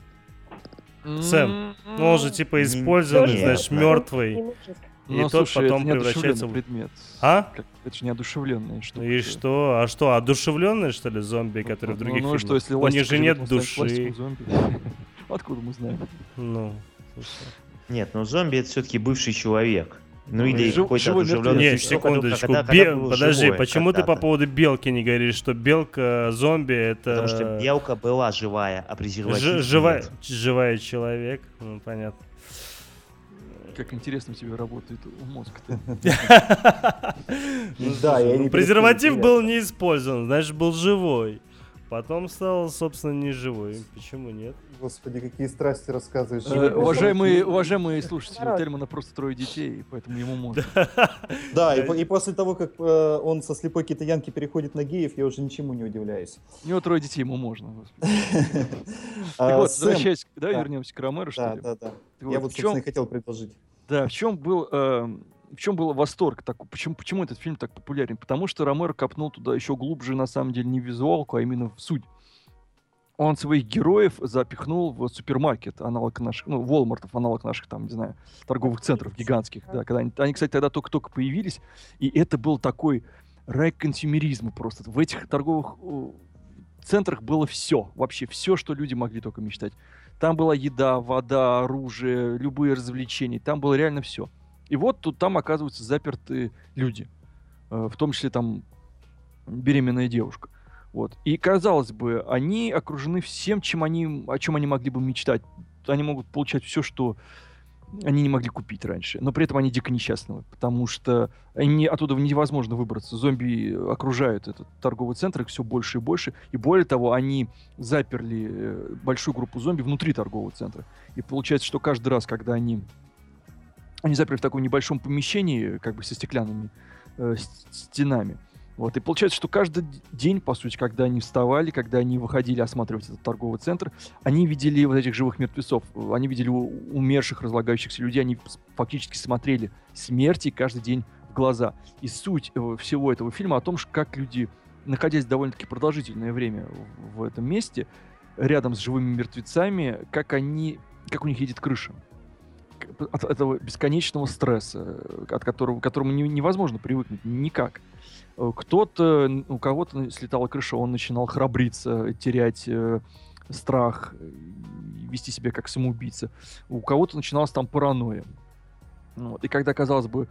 Сэм, ну он же типа использованный, Нет, знаешь, да. мертвый. Не может. И Ну, тот слушай, потом это превращается неодушевленный в... предмет. А? Это же неодушевленная штука. И что? А что, одушевленные, что ли, зомби, которые в других ну, фильмах? что, если У них ластик же живет, нет он станет души. пластиковым зомби? Откуда мы знаем? Ну, слушай. Нет, но зомби это все-таки бывший человек. Ну или Жив- какой-то живой одушевленный Не, мертвец. существо, которое секундочку. когда было Подожди, живое почему ты по когда-то. поводу белки не говоришь, что белка зомби это... Потому что белка была живая, а презерватив живая, нет. живая человек, ну понятно. Как интересно у тебя работает мозг-то. Ну, Да, слушай, я ну, не презерватив перепутал, был не использован, значит был живой. Потом стал, собственно, не живой. Почему нет? Господи, какие страсти рассказываешь. Уважаемые слушатели, у Народ. Тельмана просто 3 детей, поэтому ему можно. Да, и после того, как он со слепой китаянки переходит на геев, я уже ничему не удивляюсь. У него 3 детей, ему можно. Господи. Так вот, Сэм, возвращаясь, да. вернемся к Ромеро, что Да, ли? да, да. Так Я вот, вот, в чем- собственно, и хотел предложить. Да, в чем был восторг? Почему этот фильм так популярен? Потому что Ромеро копнул туда еще глубже, на самом деле, не в визуалку, а именно в суть. Он своих героев запихнул в супермаркет, аналог наших, ну, Walmart'ов, аналог наших, там, не знаю, торговых центров гигантских. Да, когда они, кстати, тогда только-только появились, и это был такой рай консюмеризма просто. В этих торговых центрах было все, вообще все, что люди могли только мечтать. Там была еда, вода, оружие, любые развлечения, там было реально все. И вот тут там оказываются заперты люди, в том числе там беременная девушка. Вот. И казалось бы, они окружены всем, о чем они могли бы мечтать. Они могут получать все, что они не могли купить раньше. Но при этом они дико несчастны, потому что оттуда невозможно выбраться. Зомби окружают этот торговый центр, их все больше и больше. И более того, они заперли большую группу зомби внутри торгового центра. И получается, что каждый раз, когда они Они заперли в таком небольшом помещении, как бы со стеклянными стенами. Вот. И получается, что каждый день, по сути, когда они вставали, когда они выходили осматривать этот торговый центр, они видели вот этих живых мертвецов, они видели умерших, разлагающихся людей, они фактически смотрели смерти каждый день в глаза. И суть всего этого фильма о том, как люди, находясь довольно-таки продолжительное время в этом месте, рядом с живыми мертвецами, как у них едет крыша. От этого бесконечного стресса, к которому невозможно привыкнуть никак. У кого-то слетала крыша, он начинал храбриться, терять страх, вести себя как самоубийца. У кого-то начиналась там паранойя. Вот. И когда, казалось бы,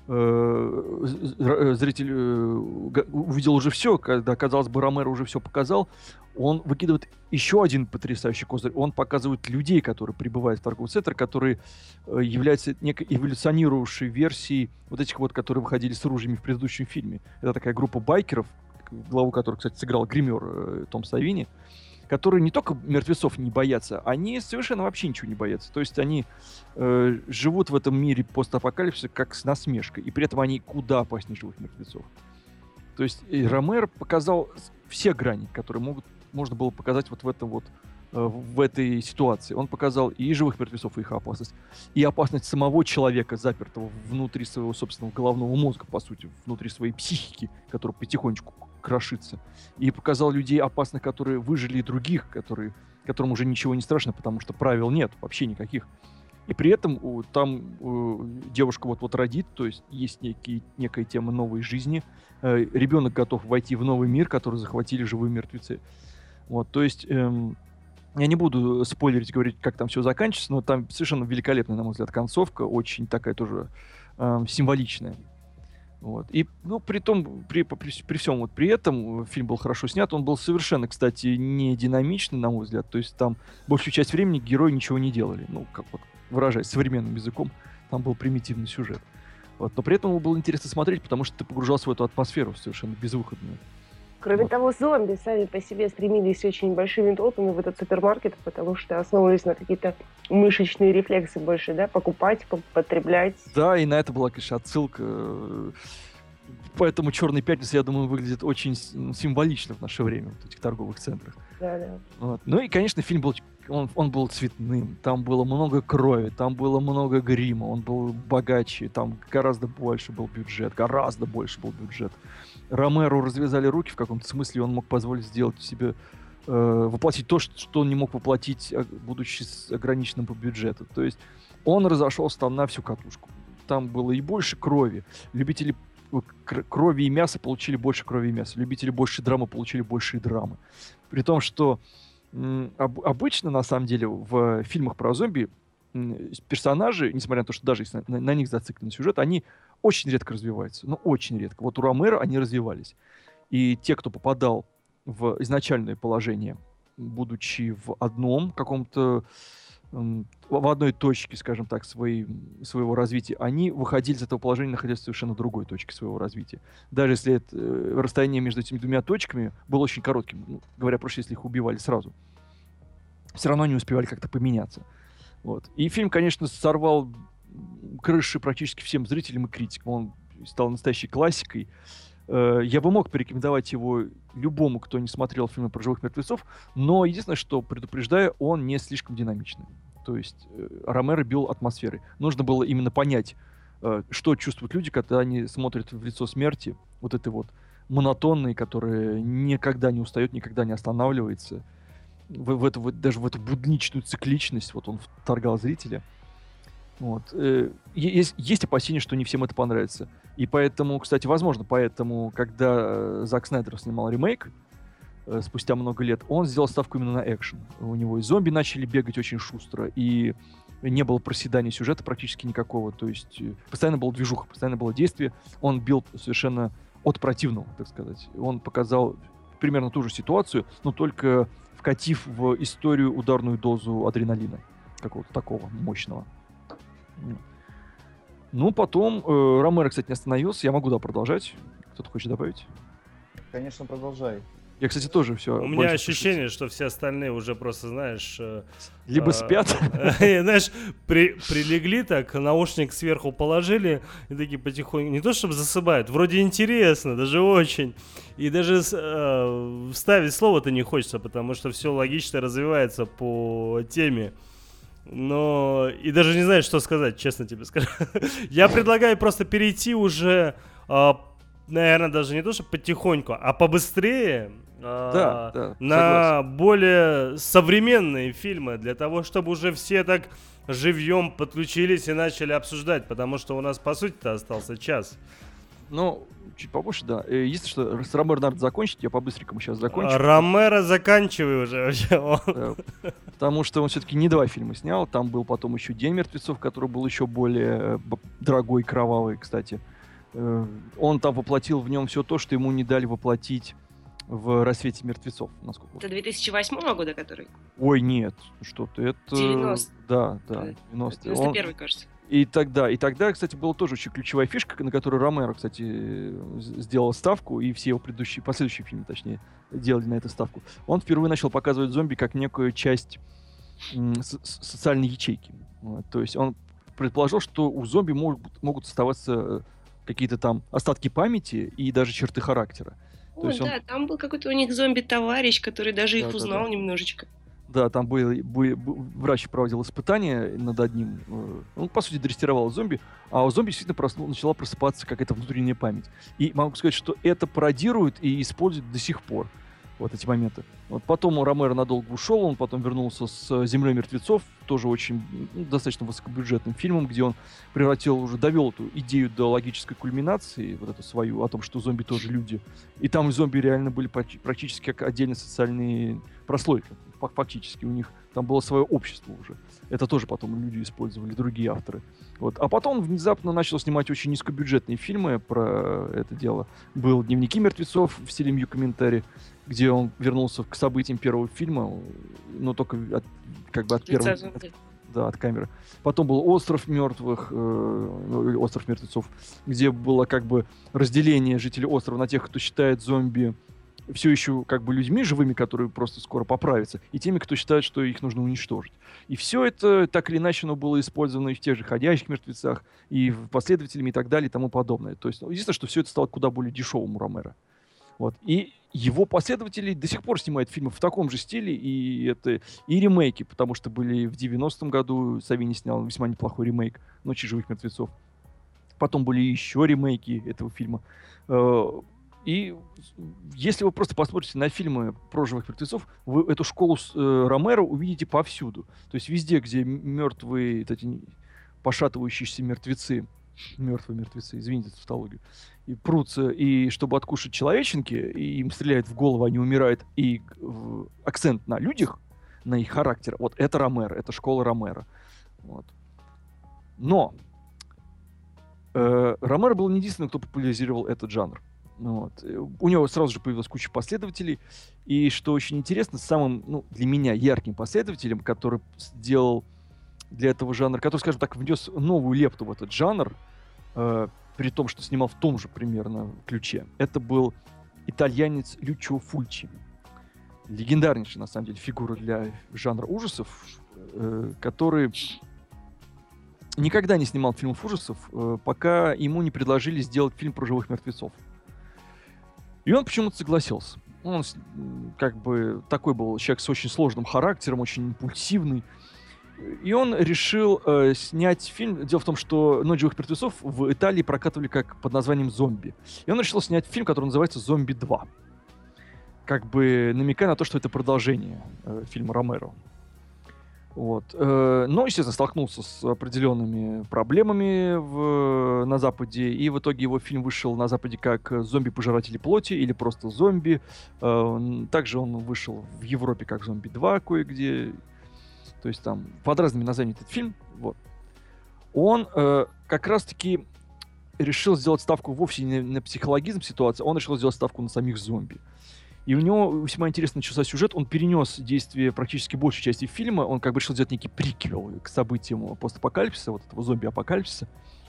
зритель увидел уже все, когда, казалось бы, Ромеро уже все показал, он выкидывает еще один потрясающий козырь. Он показывает людей, которые прибывают в торговый центр, которые являются некой эволюционировавшей версией вот этих вот, которые выходили с ружьями в предыдущем фильме. Это такая группа байкеров, главу которой, кстати, сыграл гример Том Савини, которые не только мертвецов не боятся, они совершенно вообще ничего не боятся. То есть они живут в этом мире постапокалипсиса как с насмешкой, и при этом они куда опаснее живых мертвецов. То есть Ромеро показал все грани, которые можно было показать вот в этой ситуации. Он показал и живых мертвецов, и их опасность, и опасность самого человека, запертого внутри своего собственного головного мозга, по сути, внутри своей психики, которая потихонечку крошится. И показал людей опасных, которые выжили, и других, которым уже ничего не страшно, потому что правил нет, вообще никаких. И при этом там девушка вот родит, то есть есть некая тема новой жизни. Ребенок готов войти в новый мир, который захватили живые мертвецы. Вот, то есть я не буду спойлерить, говорить, как там все заканчивается, но там совершенно великолепная, на мой взгляд, концовка, очень такая тоже символичная. Вот. И, при всем вот при этом фильм был хорошо снят, он был совершенно, кстати, не динамичный, на мой взгляд, то есть там большую часть времени герои ничего не делали, как вот выражаясь современным языком, там был примитивный сюжет. Вот. Но при этом его было интересно смотреть, потому что ты погружался в эту атмосферу совершенно безвыходную. Кроме того, зомби сами по себе стремились очень большими толпами в этот супермаркет, потому что основывались на какие-то мышечные рефлексы больше, да, покупать, потреблять. Да, и на это была, конечно, отсылка. Поэтому «Черная пятница», я думаю, выглядит очень символично в наше время в этих торговых центрах. Да. Вот. Ну и, конечно, фильм был он был цветным, там было много крови, там было много грима, он был богаче, там гораздо больше был бюджет. Ромеро развязали руки в каком-то смысле, он мог позволить сделать себе, воплотить то, что он не мог воплотить, будучи ограниченным по бюджету. То есть он разошелся там на всю катушку. Там было и больше крови. Любители крови и мяса получили больше крови и мяса. Любители больше драмы получили больше и драмы. При том, что обычно, на самом деле, в фильмах про зомби персонажи, несмотря на то, что даже если на них зациклен сюжет, они очень редко развиваются. Ну, очень редко. Вот у Ромеро они развивались. И те, кто попадал в изначальное положение, будучи в одном каком-то, в одной точке, скажем так, своего развития, они выходили из этого положения, находясь в совершенно другой точке своего развития. Даже если расстояние между этими двумя точками было очень коротким, говоря проще, если их убивали сразу, все равно не успевали как-то поменяться. Вот. И фильм, конечно, сорвал крыши практически всем зрителям и критикам. Он стал настоящей классикой. Я бы мог порекомендовать его любому, кто не смотрел фильмы про живых мертвецов, но единственное, что предупреждаю, он не слишком динамичный. То есть Ромеро бил атмосферой. Нужно было именно понять, что чувствуют люди, когда они смотрят в лицо смерти, вот этой вот монотонной, которая никогда не устает, никогда не останавливается, даже в эту будничную цикличность вот он вторгал зрителя. Вот. Есть опасения, что не всем это понравится. И поэтому, кстати, возможно, когда Зак Снайдер снимал ремейк, спустя много лет, он сделал ставку именно на экшен. У него и зомби начали бегать очень шустро, и не было проседания сюжета практически никакого. То есть постоянно была движуха, постоянно было действие. Он бил совершенно от противного, так сказать. Он показал примерно ту же ситуацию, но только вкатив в историю ударную дозу адреналина. Какого-то такого мощного. Ну, потом Ромеро, кстати, не остановился. Я могу, продолжать. Кто-то хочет добавить? Конечно, продолжай. Я, кстати, тоже все. У меня ощущение, что все остальные уже просто, знаешь... Либо спят. Знаешь, прилегли так, наушник сверху положили, и такие потихоньку... Не то, чтобы засыпают, вроде интересно, даже очень. И даже вставить слово-то не хочется, потому что все логично развивается по теме. Но... И даже не знаю, что сказать, честно тебе скажу. Я предлагаю просто перейти уже... Наверное, даже не то, что потихоньку, а побыстрее на согласен. более современные фильмы, для того, чтобы уже все так живьем подключились и начали обсуждать, потому что у нас, по сути-то, остался час. Ну, чуть побольше, да. Если что, с Ромеро надо закончить, я по-быстренькому сейчас закончу. Ромеро заканчивай уже вообще. Потому что он все-таки не 2 фильма снял, там был потом еще «День мертвецов», который был еще более дорогой и кровавый, кстати. Он там воплотил в нем все то, что ему не дали воплотить в «Рассвете мертвецов», насколько. Это 2008 года, который? Ой, нет, что-то это... 90. Да, 90-е. 91-й, кажется. И тогда, кстати, была тоже очень ключевая фишка, на которую Ромеро, кстати, сделал ставку, и все его последующие фильмы, точнее, делали на эту ставку. Он впервые начал показывать зомби как некую часть социальной ячейки. Вот. То есть он предположил, что у зомби могут оставаться какие-то там остатки памяти и даже черты характера. То есть там был какой-то у них зомби-товарищ, который даже их узнал немножечко. Да, там врач проводил испытания над одним. Он, по сути, дрessировал зомби, а у зомби действительно начала просыпаться какая-то внутренняя память. И могу сказать, что это пародируют и используют до сих пор. Вот эти моменты. Вот потом Ромеро надолго ушел, он потом вернулся с «Землей мертвецов», тоже очень достаточно высокобюджетным фильмом, где он довел эту идею до логической кульминации, вот эту свою, о том, что зомби тоже люди. И там зомби реально были практически как отдельные социальные прослойки. Фактически у них там было свое общество уже. Это тоже потом люди использовали, другие авторы. Вот. А потом внезапно начал снимать очень низкобюджетные фильмы про это дело. Был «Дневники мертвецов» в стиле мьюкомментари, где он вернулся к событиям первого фильма, но только от первого... от камеры. Потом был «Остров мертвых», «Остров мертвецов», где было как бы разделение жителей острова на тех, кто считает зомби все еще как бы людьми живыми, которые просто скоро поправятся, и теми, кто считает, что их нужно уничтожить. И все это так или иначе оно было использовано и в тех же «Ходячих мертвецах», и в «Последователями» и так далее, и тому подобное. То есть, единственное, что все это стало куда более дешевым у Ромеро. Вот. И его последователи до сих пор снимают фильмы в таком же стиле, и это и ремейки, потому что были в 90-м году, Савини снял весьма неплохой ремейк «Ночи живых мертвецов». Потом были еще ремейки этого фильма. И если вы просто посмотрите на фильмы про живых мертвецов, вы эту школу Ромеро увидите повсюду. То есть везде, где мертвые, эти пошатывающиеся мертвецы, мертвые мертвецы, извините за тавтологию, и прутся, и чтобы откушать человеченки, и им стреляют в голову, они умирают, и акцент на людях, на их характер, вот это Ромеро, это школа Ромеро. Вот. Но Ромеро был не единственным, кто популяризировал этот жанр. Вот. У него сразу же появилась куча последователей. И что очень интересно, самым, для меня ярким последователем, который сделал для этого жанра, который, скажем так, внес новую лепту в этот жанр, при том, что снимал в том же примерно ключе, это был итальянец Лючио Фульчи. Легендарнейшая, на самом деле, фигура для жанра ужасов, который никогда не снимал фильмов ужасов, пока ему не предложили сделать фильм про живых мертвецов. И он почему-то согласился. Он как бы такой был человек с очень сложным характером, очень импульсивный. И он решил снять фильм. Дело в том, что «Ночь живых мертвецов» в Италии прокатывали как под названием «Зомби». И он решил снять фильм, который называется «Зомби 2». Как бы намекая на то, что это продолжение фильма Ромеро. Вот. Но, естественно, столкнулся с определенными проблемами на Западе, и в итоге его фильм вышел на Западе как «Зомби-пожиратели плоти» или просто «Зомби». Также он вышел в Европе как «Зомби 2» кое-где. То есть там под разными названиями этот фильм. Вот. Он как раз-таки решил сделать ставку вовсе не на психологизм ситуации, он решил сделать ставку на самих зомби. И у него весьма интересно начался сюжет. Он перенес действие практически большей части фильма. Он как бы решил сделать некий приквел к событиям постапокалипсиса, вот этого зомби-апокалипсиса.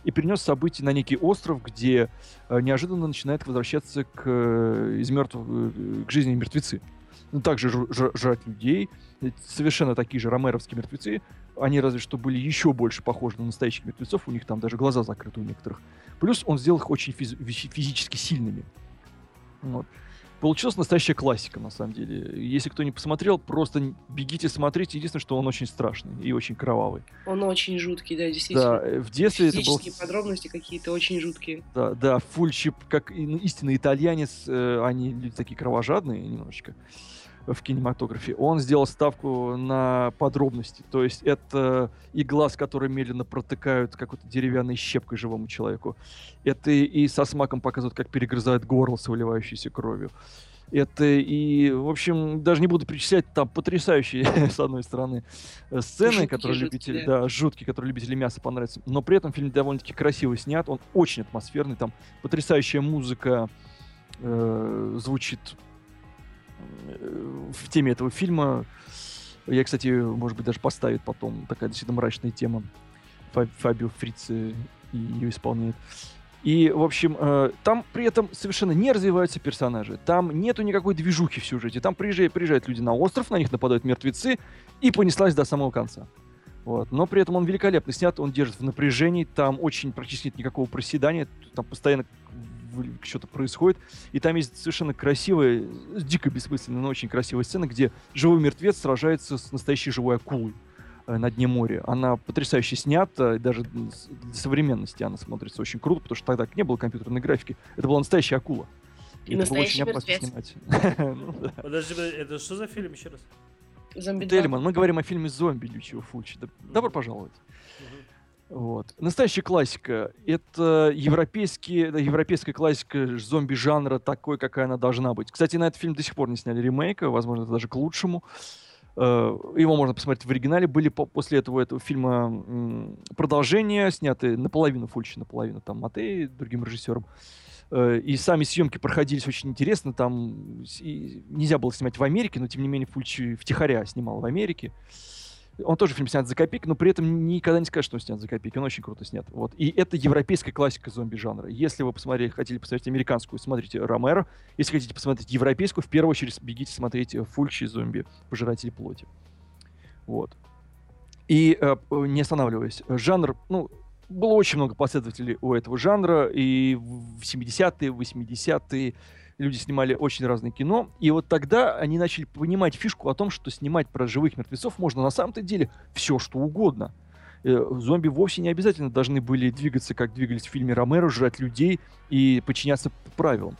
и перенес события на некий остров, где неожиданно начинает возвращаться из мертвых к жизни мертвецы. Ну, также жрать людей. Совершенно такие же ромеровские мертвецы. Они разве что были еще больше похожи на настоящих мертвецов. У них там даже глаза закрыты у некоторых. Плюс он сделал их очень физически сильными. Вот. Получилась настоящая классика, на самом деле. Если кто не посмотрел, просто бегите смотрите. Единственное, что он очень страшный и очень кровавый. Он очень жуткий, да, действительно. Да, в детстве это был... Физические подробности какие-то очень жуткие. Да, Фульчи, как истинный итальянец, они люди такие кровожадные немножечко в кинематографе. Он сделал ставку на подробности. То есть это и глаз, который медленно протыкают какой-то деревянной щепкой живому человеку. Это и со смаком показывают, как перегрызают горло с выливающейся кровью. Это и, в общем, даже не буду перечислять, там потрясающие, с одной стороны, сцены, Жуткие, которые жуткие, любители, да, жуткие, которые любители мяса понравятся. Но при этом фильм довольно-таки красиво снят, он очень атмосферный, там потрясающая музыка звучит в теме этого фильма. Я, кстати, может быть, даже поставит потом. Такая действительно мрачная тема. Фабио Фрици ее исполняет. И, в общем, там при этом совершенно не развиваются персонажи. Там нету никакой движухи в сюжете. Там приезжают люди на остров, на них нападают мертвецы, и понеслась до самого конца. Вот. Но при этом он великолепно снят, он держит в напряжении, там очень практически нет никакого проседания, там постоянно что-то происходит. И там есть совершенно красивая, дико бессмысленная, но очень красивая сцена, где живой мертвец сражается с настоящей живой акулой на дне моря. Она потрясающе снята, даже для современности она смотрится очень круто, потому что тогда не было компьютерной графики. Это была настоящая акула. И это было очень настоящий опасно мертвец. снимать. Подожди, это что за фильм еще раз? Зомби 2. Тельман, мы говорим о фильме «Зомби» Лючио Фульчи. Добро пожаловать. Вот. Настоящая классика. Это европейская классика зомби-жанра такой, какая она должна быть. Кстати, на этот фильм до сих пор не сняли ремейка, возможно, это даже к лучшему. Его можно посмотреть в оригинале. Были после этого фильма продолжения, снятые наполовину Фульчи, наполовину там Матей, другим режиссером. И сами съемки проходились очень интересно. Там нельзя было снимать в Америке, но тем не менее Фульчи втихаря снимал в Америке. Он тоже фильм снят за копейки, но при этом никогда не скажешь, что он снят за копейки. Он очень круто снят. Вот. И это европейская классика зомби-жанра. Если вы хотели посмотреть американскую, смотрите Ромеро. Если хотите посмотреть европейскую, в первую очередь бегите смотреть Фульчи, зомби, пожиратели плоти. Вот. И не останавливаясь, жанр, было очень много последователей у этого жанра, и в 70-е, 80-е люди снимали очень разное кино, и вот тогда они начали понимать фишку о том, что снимать про живых мертвецов можно на самом-то деле все, что угодно. Зомби вовсе не обязательно должны были двигаться, как двигались в фильме Ромеро, жрать людей и подчиняться правилам.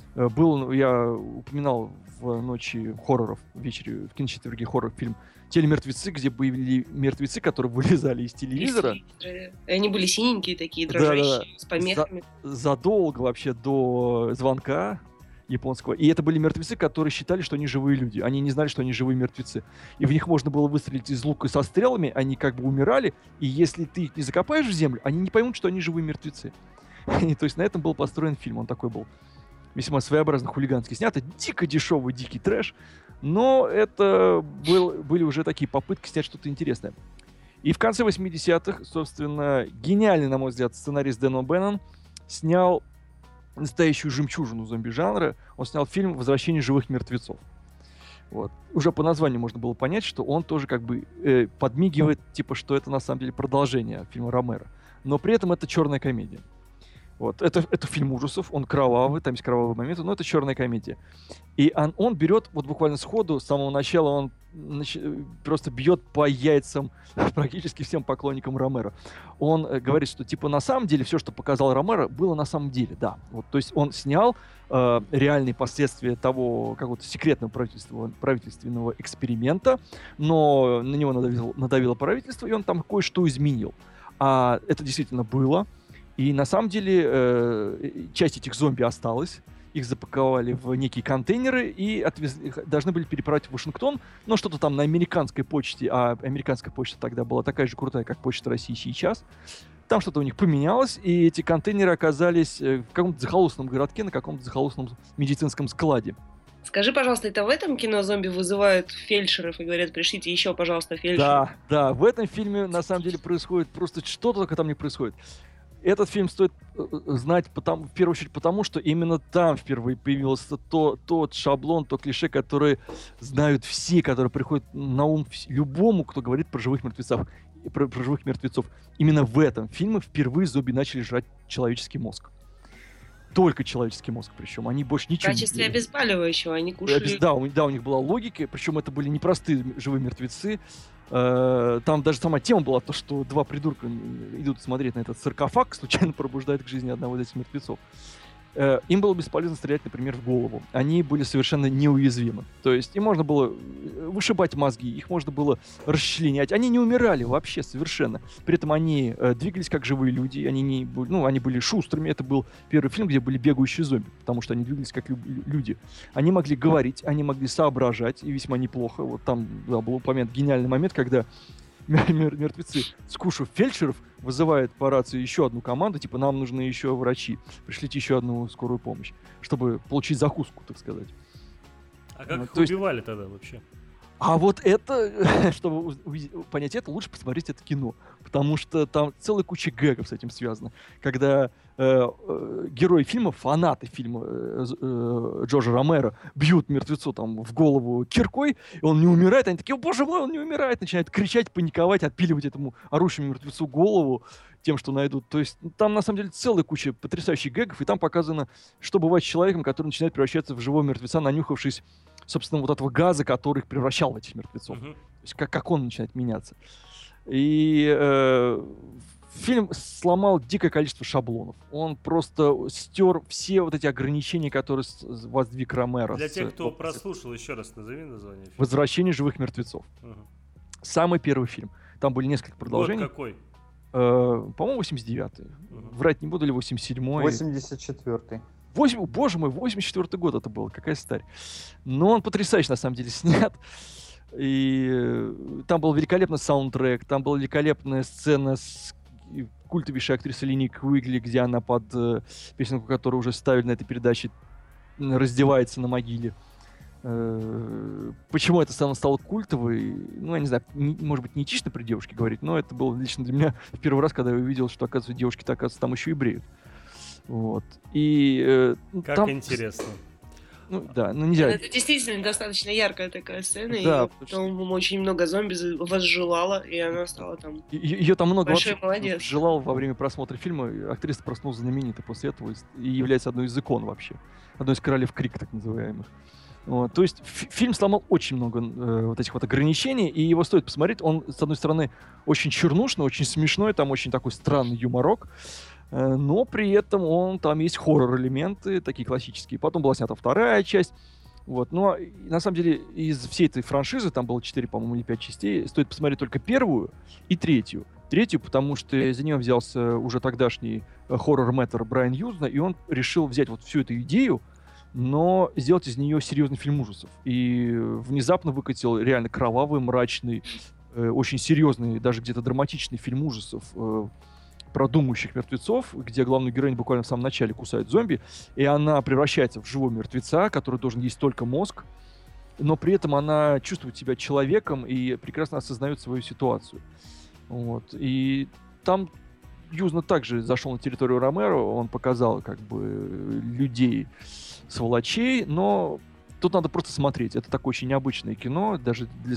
Я упоминал в ночи хорроров, в вечере в киночетверге хоррор фильм «Телемертвецы», где были мертвецы, которые вылезали из телевизора. И они были синенькие такие, дрожащие, с помехами. Задолго вообще до звонка японского. И это были мертвецы, которые считали, что они живые люди. Они не знали, что они живые мертвецы. И в них можно было выстрелить из лука со стрелами, они как бы умирали, и если ты их не закопаешь в землю, они не поймут, что они живые мертвецы. И, то есть на этом был построен фильм, он такой был весьма своеобразно хулиганский снят. Это дико дешевый, дикий трэш, но это были уже такие попытки снять что-то интересное. И в конце 80-х, собственно, гениальный, на мой взгляд, сценарист Дэн О'Беннон снял настоящую жемчужину зомби-жанра. Он снял фильм «Возвращение живых мертвецов». Вот. Уже по названию можно было понять, что он тоже как бы подмигивает, типа, что это на самом деле продолжение фильма Ромеро. Но при этом это черная комедия. Вот. Это фильм ужасов, он кровавый, там есть кровавые моменты, но это черная комедия. И он берет, вот буквально сходу, с самого начала он просто бьет по яйцам практически всем поклонникам Ромеро. Он говорит, что типа на самом деле все, что показал Ромеро, было на самом деле, да. Вот, то есть он снял реальные последствия того какого-то секретного правительственного эксперимента, но на него надавило правительство, и он там кое-что изменил. А это действительно было. И на самом деле часть этих зомби осталась. Их запаковали в некие контейнеры и должны были переправить в Вашингтон. Но что-то там на американской почте, а американская почта тогда была такая же крутая, как почта России сейчас. Там что-то у них поменялось, и эти контейнеры оказались в каком-то захолустном городке, на каком-то захолустном медицинском складе. Скажи, пожалуйста, это в этом кино зомби вызывают фельдшеров и говорят, пришлите еще, пожалуйста, фельдшеров? Да, в этом фильме на самом деле происходит просто что-то, только там не происходит. Этот фильм стоит знать в первую очередь потому, что именно там впервые появился тот шаблон, то клише, которые знают все, которые приходят на ум любому, кто говорит про живых мертвецов. Про живых мертвецов. Именно в этом фильме впервые зомби начали жрать человеческий мозг. Только человеческий мозг, причем. Они больше В ничего не качестве делали. обезболивающего они кушали. Да, у них была логика, причем это были непростые живые мертвецы. Там даже сама тема была то, что два придурка идут смотреть на этот саркофаг, случайно пробуждают к жизни одного из этих мертвецов. Им было бесполезно стрелять, например, в голову. Они были совершенно неуязвимы. То есть им можно было вышибать мозги, их можно было расчленять. Они не умирали вообще совершенно. При этом они двигались как живые люди. Они были шустрыми. Это был первый фильм, где были бегающие зомби, потому что они двигались как люди. Они могли говорить, они могли соображать, и весьма неплохо. Вот там был гениальный момент, когда мертвецы, скушав фельдшеров, вызывают по рации еще одну команду, типа, нам нужны еще врачи, пришлите еще одну скорую помощь, чтобы получить закуску, так сказать. А как их убивали тогда вообще? А вот это, чтобы понять это, лучше посмотреть это кино, потому что там целая куча гэгов с этим связана. Когда герои фильма, фанаты фильма Джорджа Ромеро бьют мертвецу там в голову киркой, и он не умирает, они такие: о боже мой, он не умирает, начинают кричать, паниковать, отпиливать этому орущему мертвецу голову тем, что найдут. То есть там на самом деле целая куча потрясающих гэгов, и там показано, что бывает с человеком, который начинает превращаться в живого мертвеца, нанюхавшись, собственно, вот этого газа, который их превращал в этих мертвецов. То есть как он начинает меняться. И фильм сломал дикое количество шаблонов. Он просто стер все вот эти ограничения, которые воздвиг Ромеро. Для тех, кто прослушал, еще раз назови название фильма. «Возвращение живых мертвецов». Самый первый фильм. Там были несколько продолжений. Год какой? По-моему, 89-й. Врать не буду, ли 87-й. 84-й. Боже мой, 84-й год это был, какая старь. Но он потрясающе, на самом деле, снят. И там был великолепный саундтрек, там была великолепная сцена с культовейшей актрисой Линни Квигли, где она под песенку, которую уже ставили на этой передаче, раздевается на могиле. Почему эта сцена стала культовой? Ну, я не знаю, может быть, не чисто при девушке говорить, но это было лично для меня в первый раз, когда я увидел, что, оказывается, девушки-то, оказывается, там еще и бреют. Вот. И как там... интересно. Ну, да, ну нельзя. Это действительно достаточно яркая такая сцена, да, и потом очень много зомби возжелала, и она стала там ее там много большой молодец. Желал во время просмотра фильма. Актриса проснулась знаменитой после этого и является одной из икон вообще. Одной из королев крик, так называемых. Вот, то есть фильм сломал очень много вот этих вот ограничений, и его стоит посмотреть. Он, с одной стороны, очень чернушный, очень смешной, там очень такой странный юморок, но при этом там есть хоррор-элементы, такие классические. Потом была снята вторая часть. Вот. Но на самом деле из всей этой франшизы, там было 4, по-моему, или 5 частей, стоит посмотреть только первую и третью. Третью, потому что за нее взялся уже тогдашний хоррор-мэтр Брайан Юзна, и он решил взять вот всю эту идею, но сделать из нее серьезный фильм ужасов. И внезапно выкатил реально кровавый, мрачный, очень серьезный, даже где-то драматичный фильм ужасов про думающих мертвецов, где главную героиню буквально в самом начале кусают зомби, и она превращается в живого мертвеца, который должен есть только мозг, но при этом она чувствует себя человеком и прекрасно осознает свою ситуацию. Вот. И там Юзна также зашел на территорию Ромеро, он показал как бы людей сволочей, но тут надо просто смотреть. Это такое очень необычное кино, даже для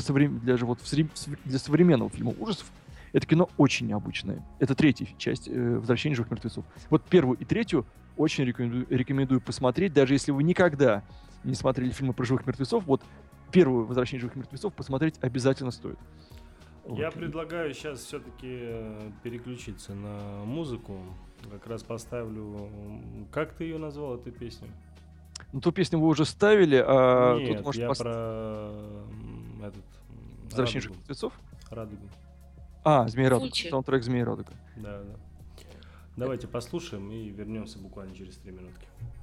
современного фильма ужасов. Это кино очень необычное. Это третья часть «Возвращения живых мертвецов». Вот первую и третью очень рекомендую посмотреть, даже если вы никогда не смотрели фильмы про живых мертвецов. Вот первую «Возвращение живых мертвецов» посмотреть обязательно стоит. Я предлагаю сейчас все-таки переключиться на музыку. Как раз поставлю... Как ты ее назвал, эту песню? Ну, ту песню вы уже ставили, а Нет, тут, может, я про этот... «Возвращение живых мертвецов»? «Радугу». «Змей Радуга». Саундтрек «Змей Радуга». Да. Давайте послушаем и вернемся буквально через 3 минутки.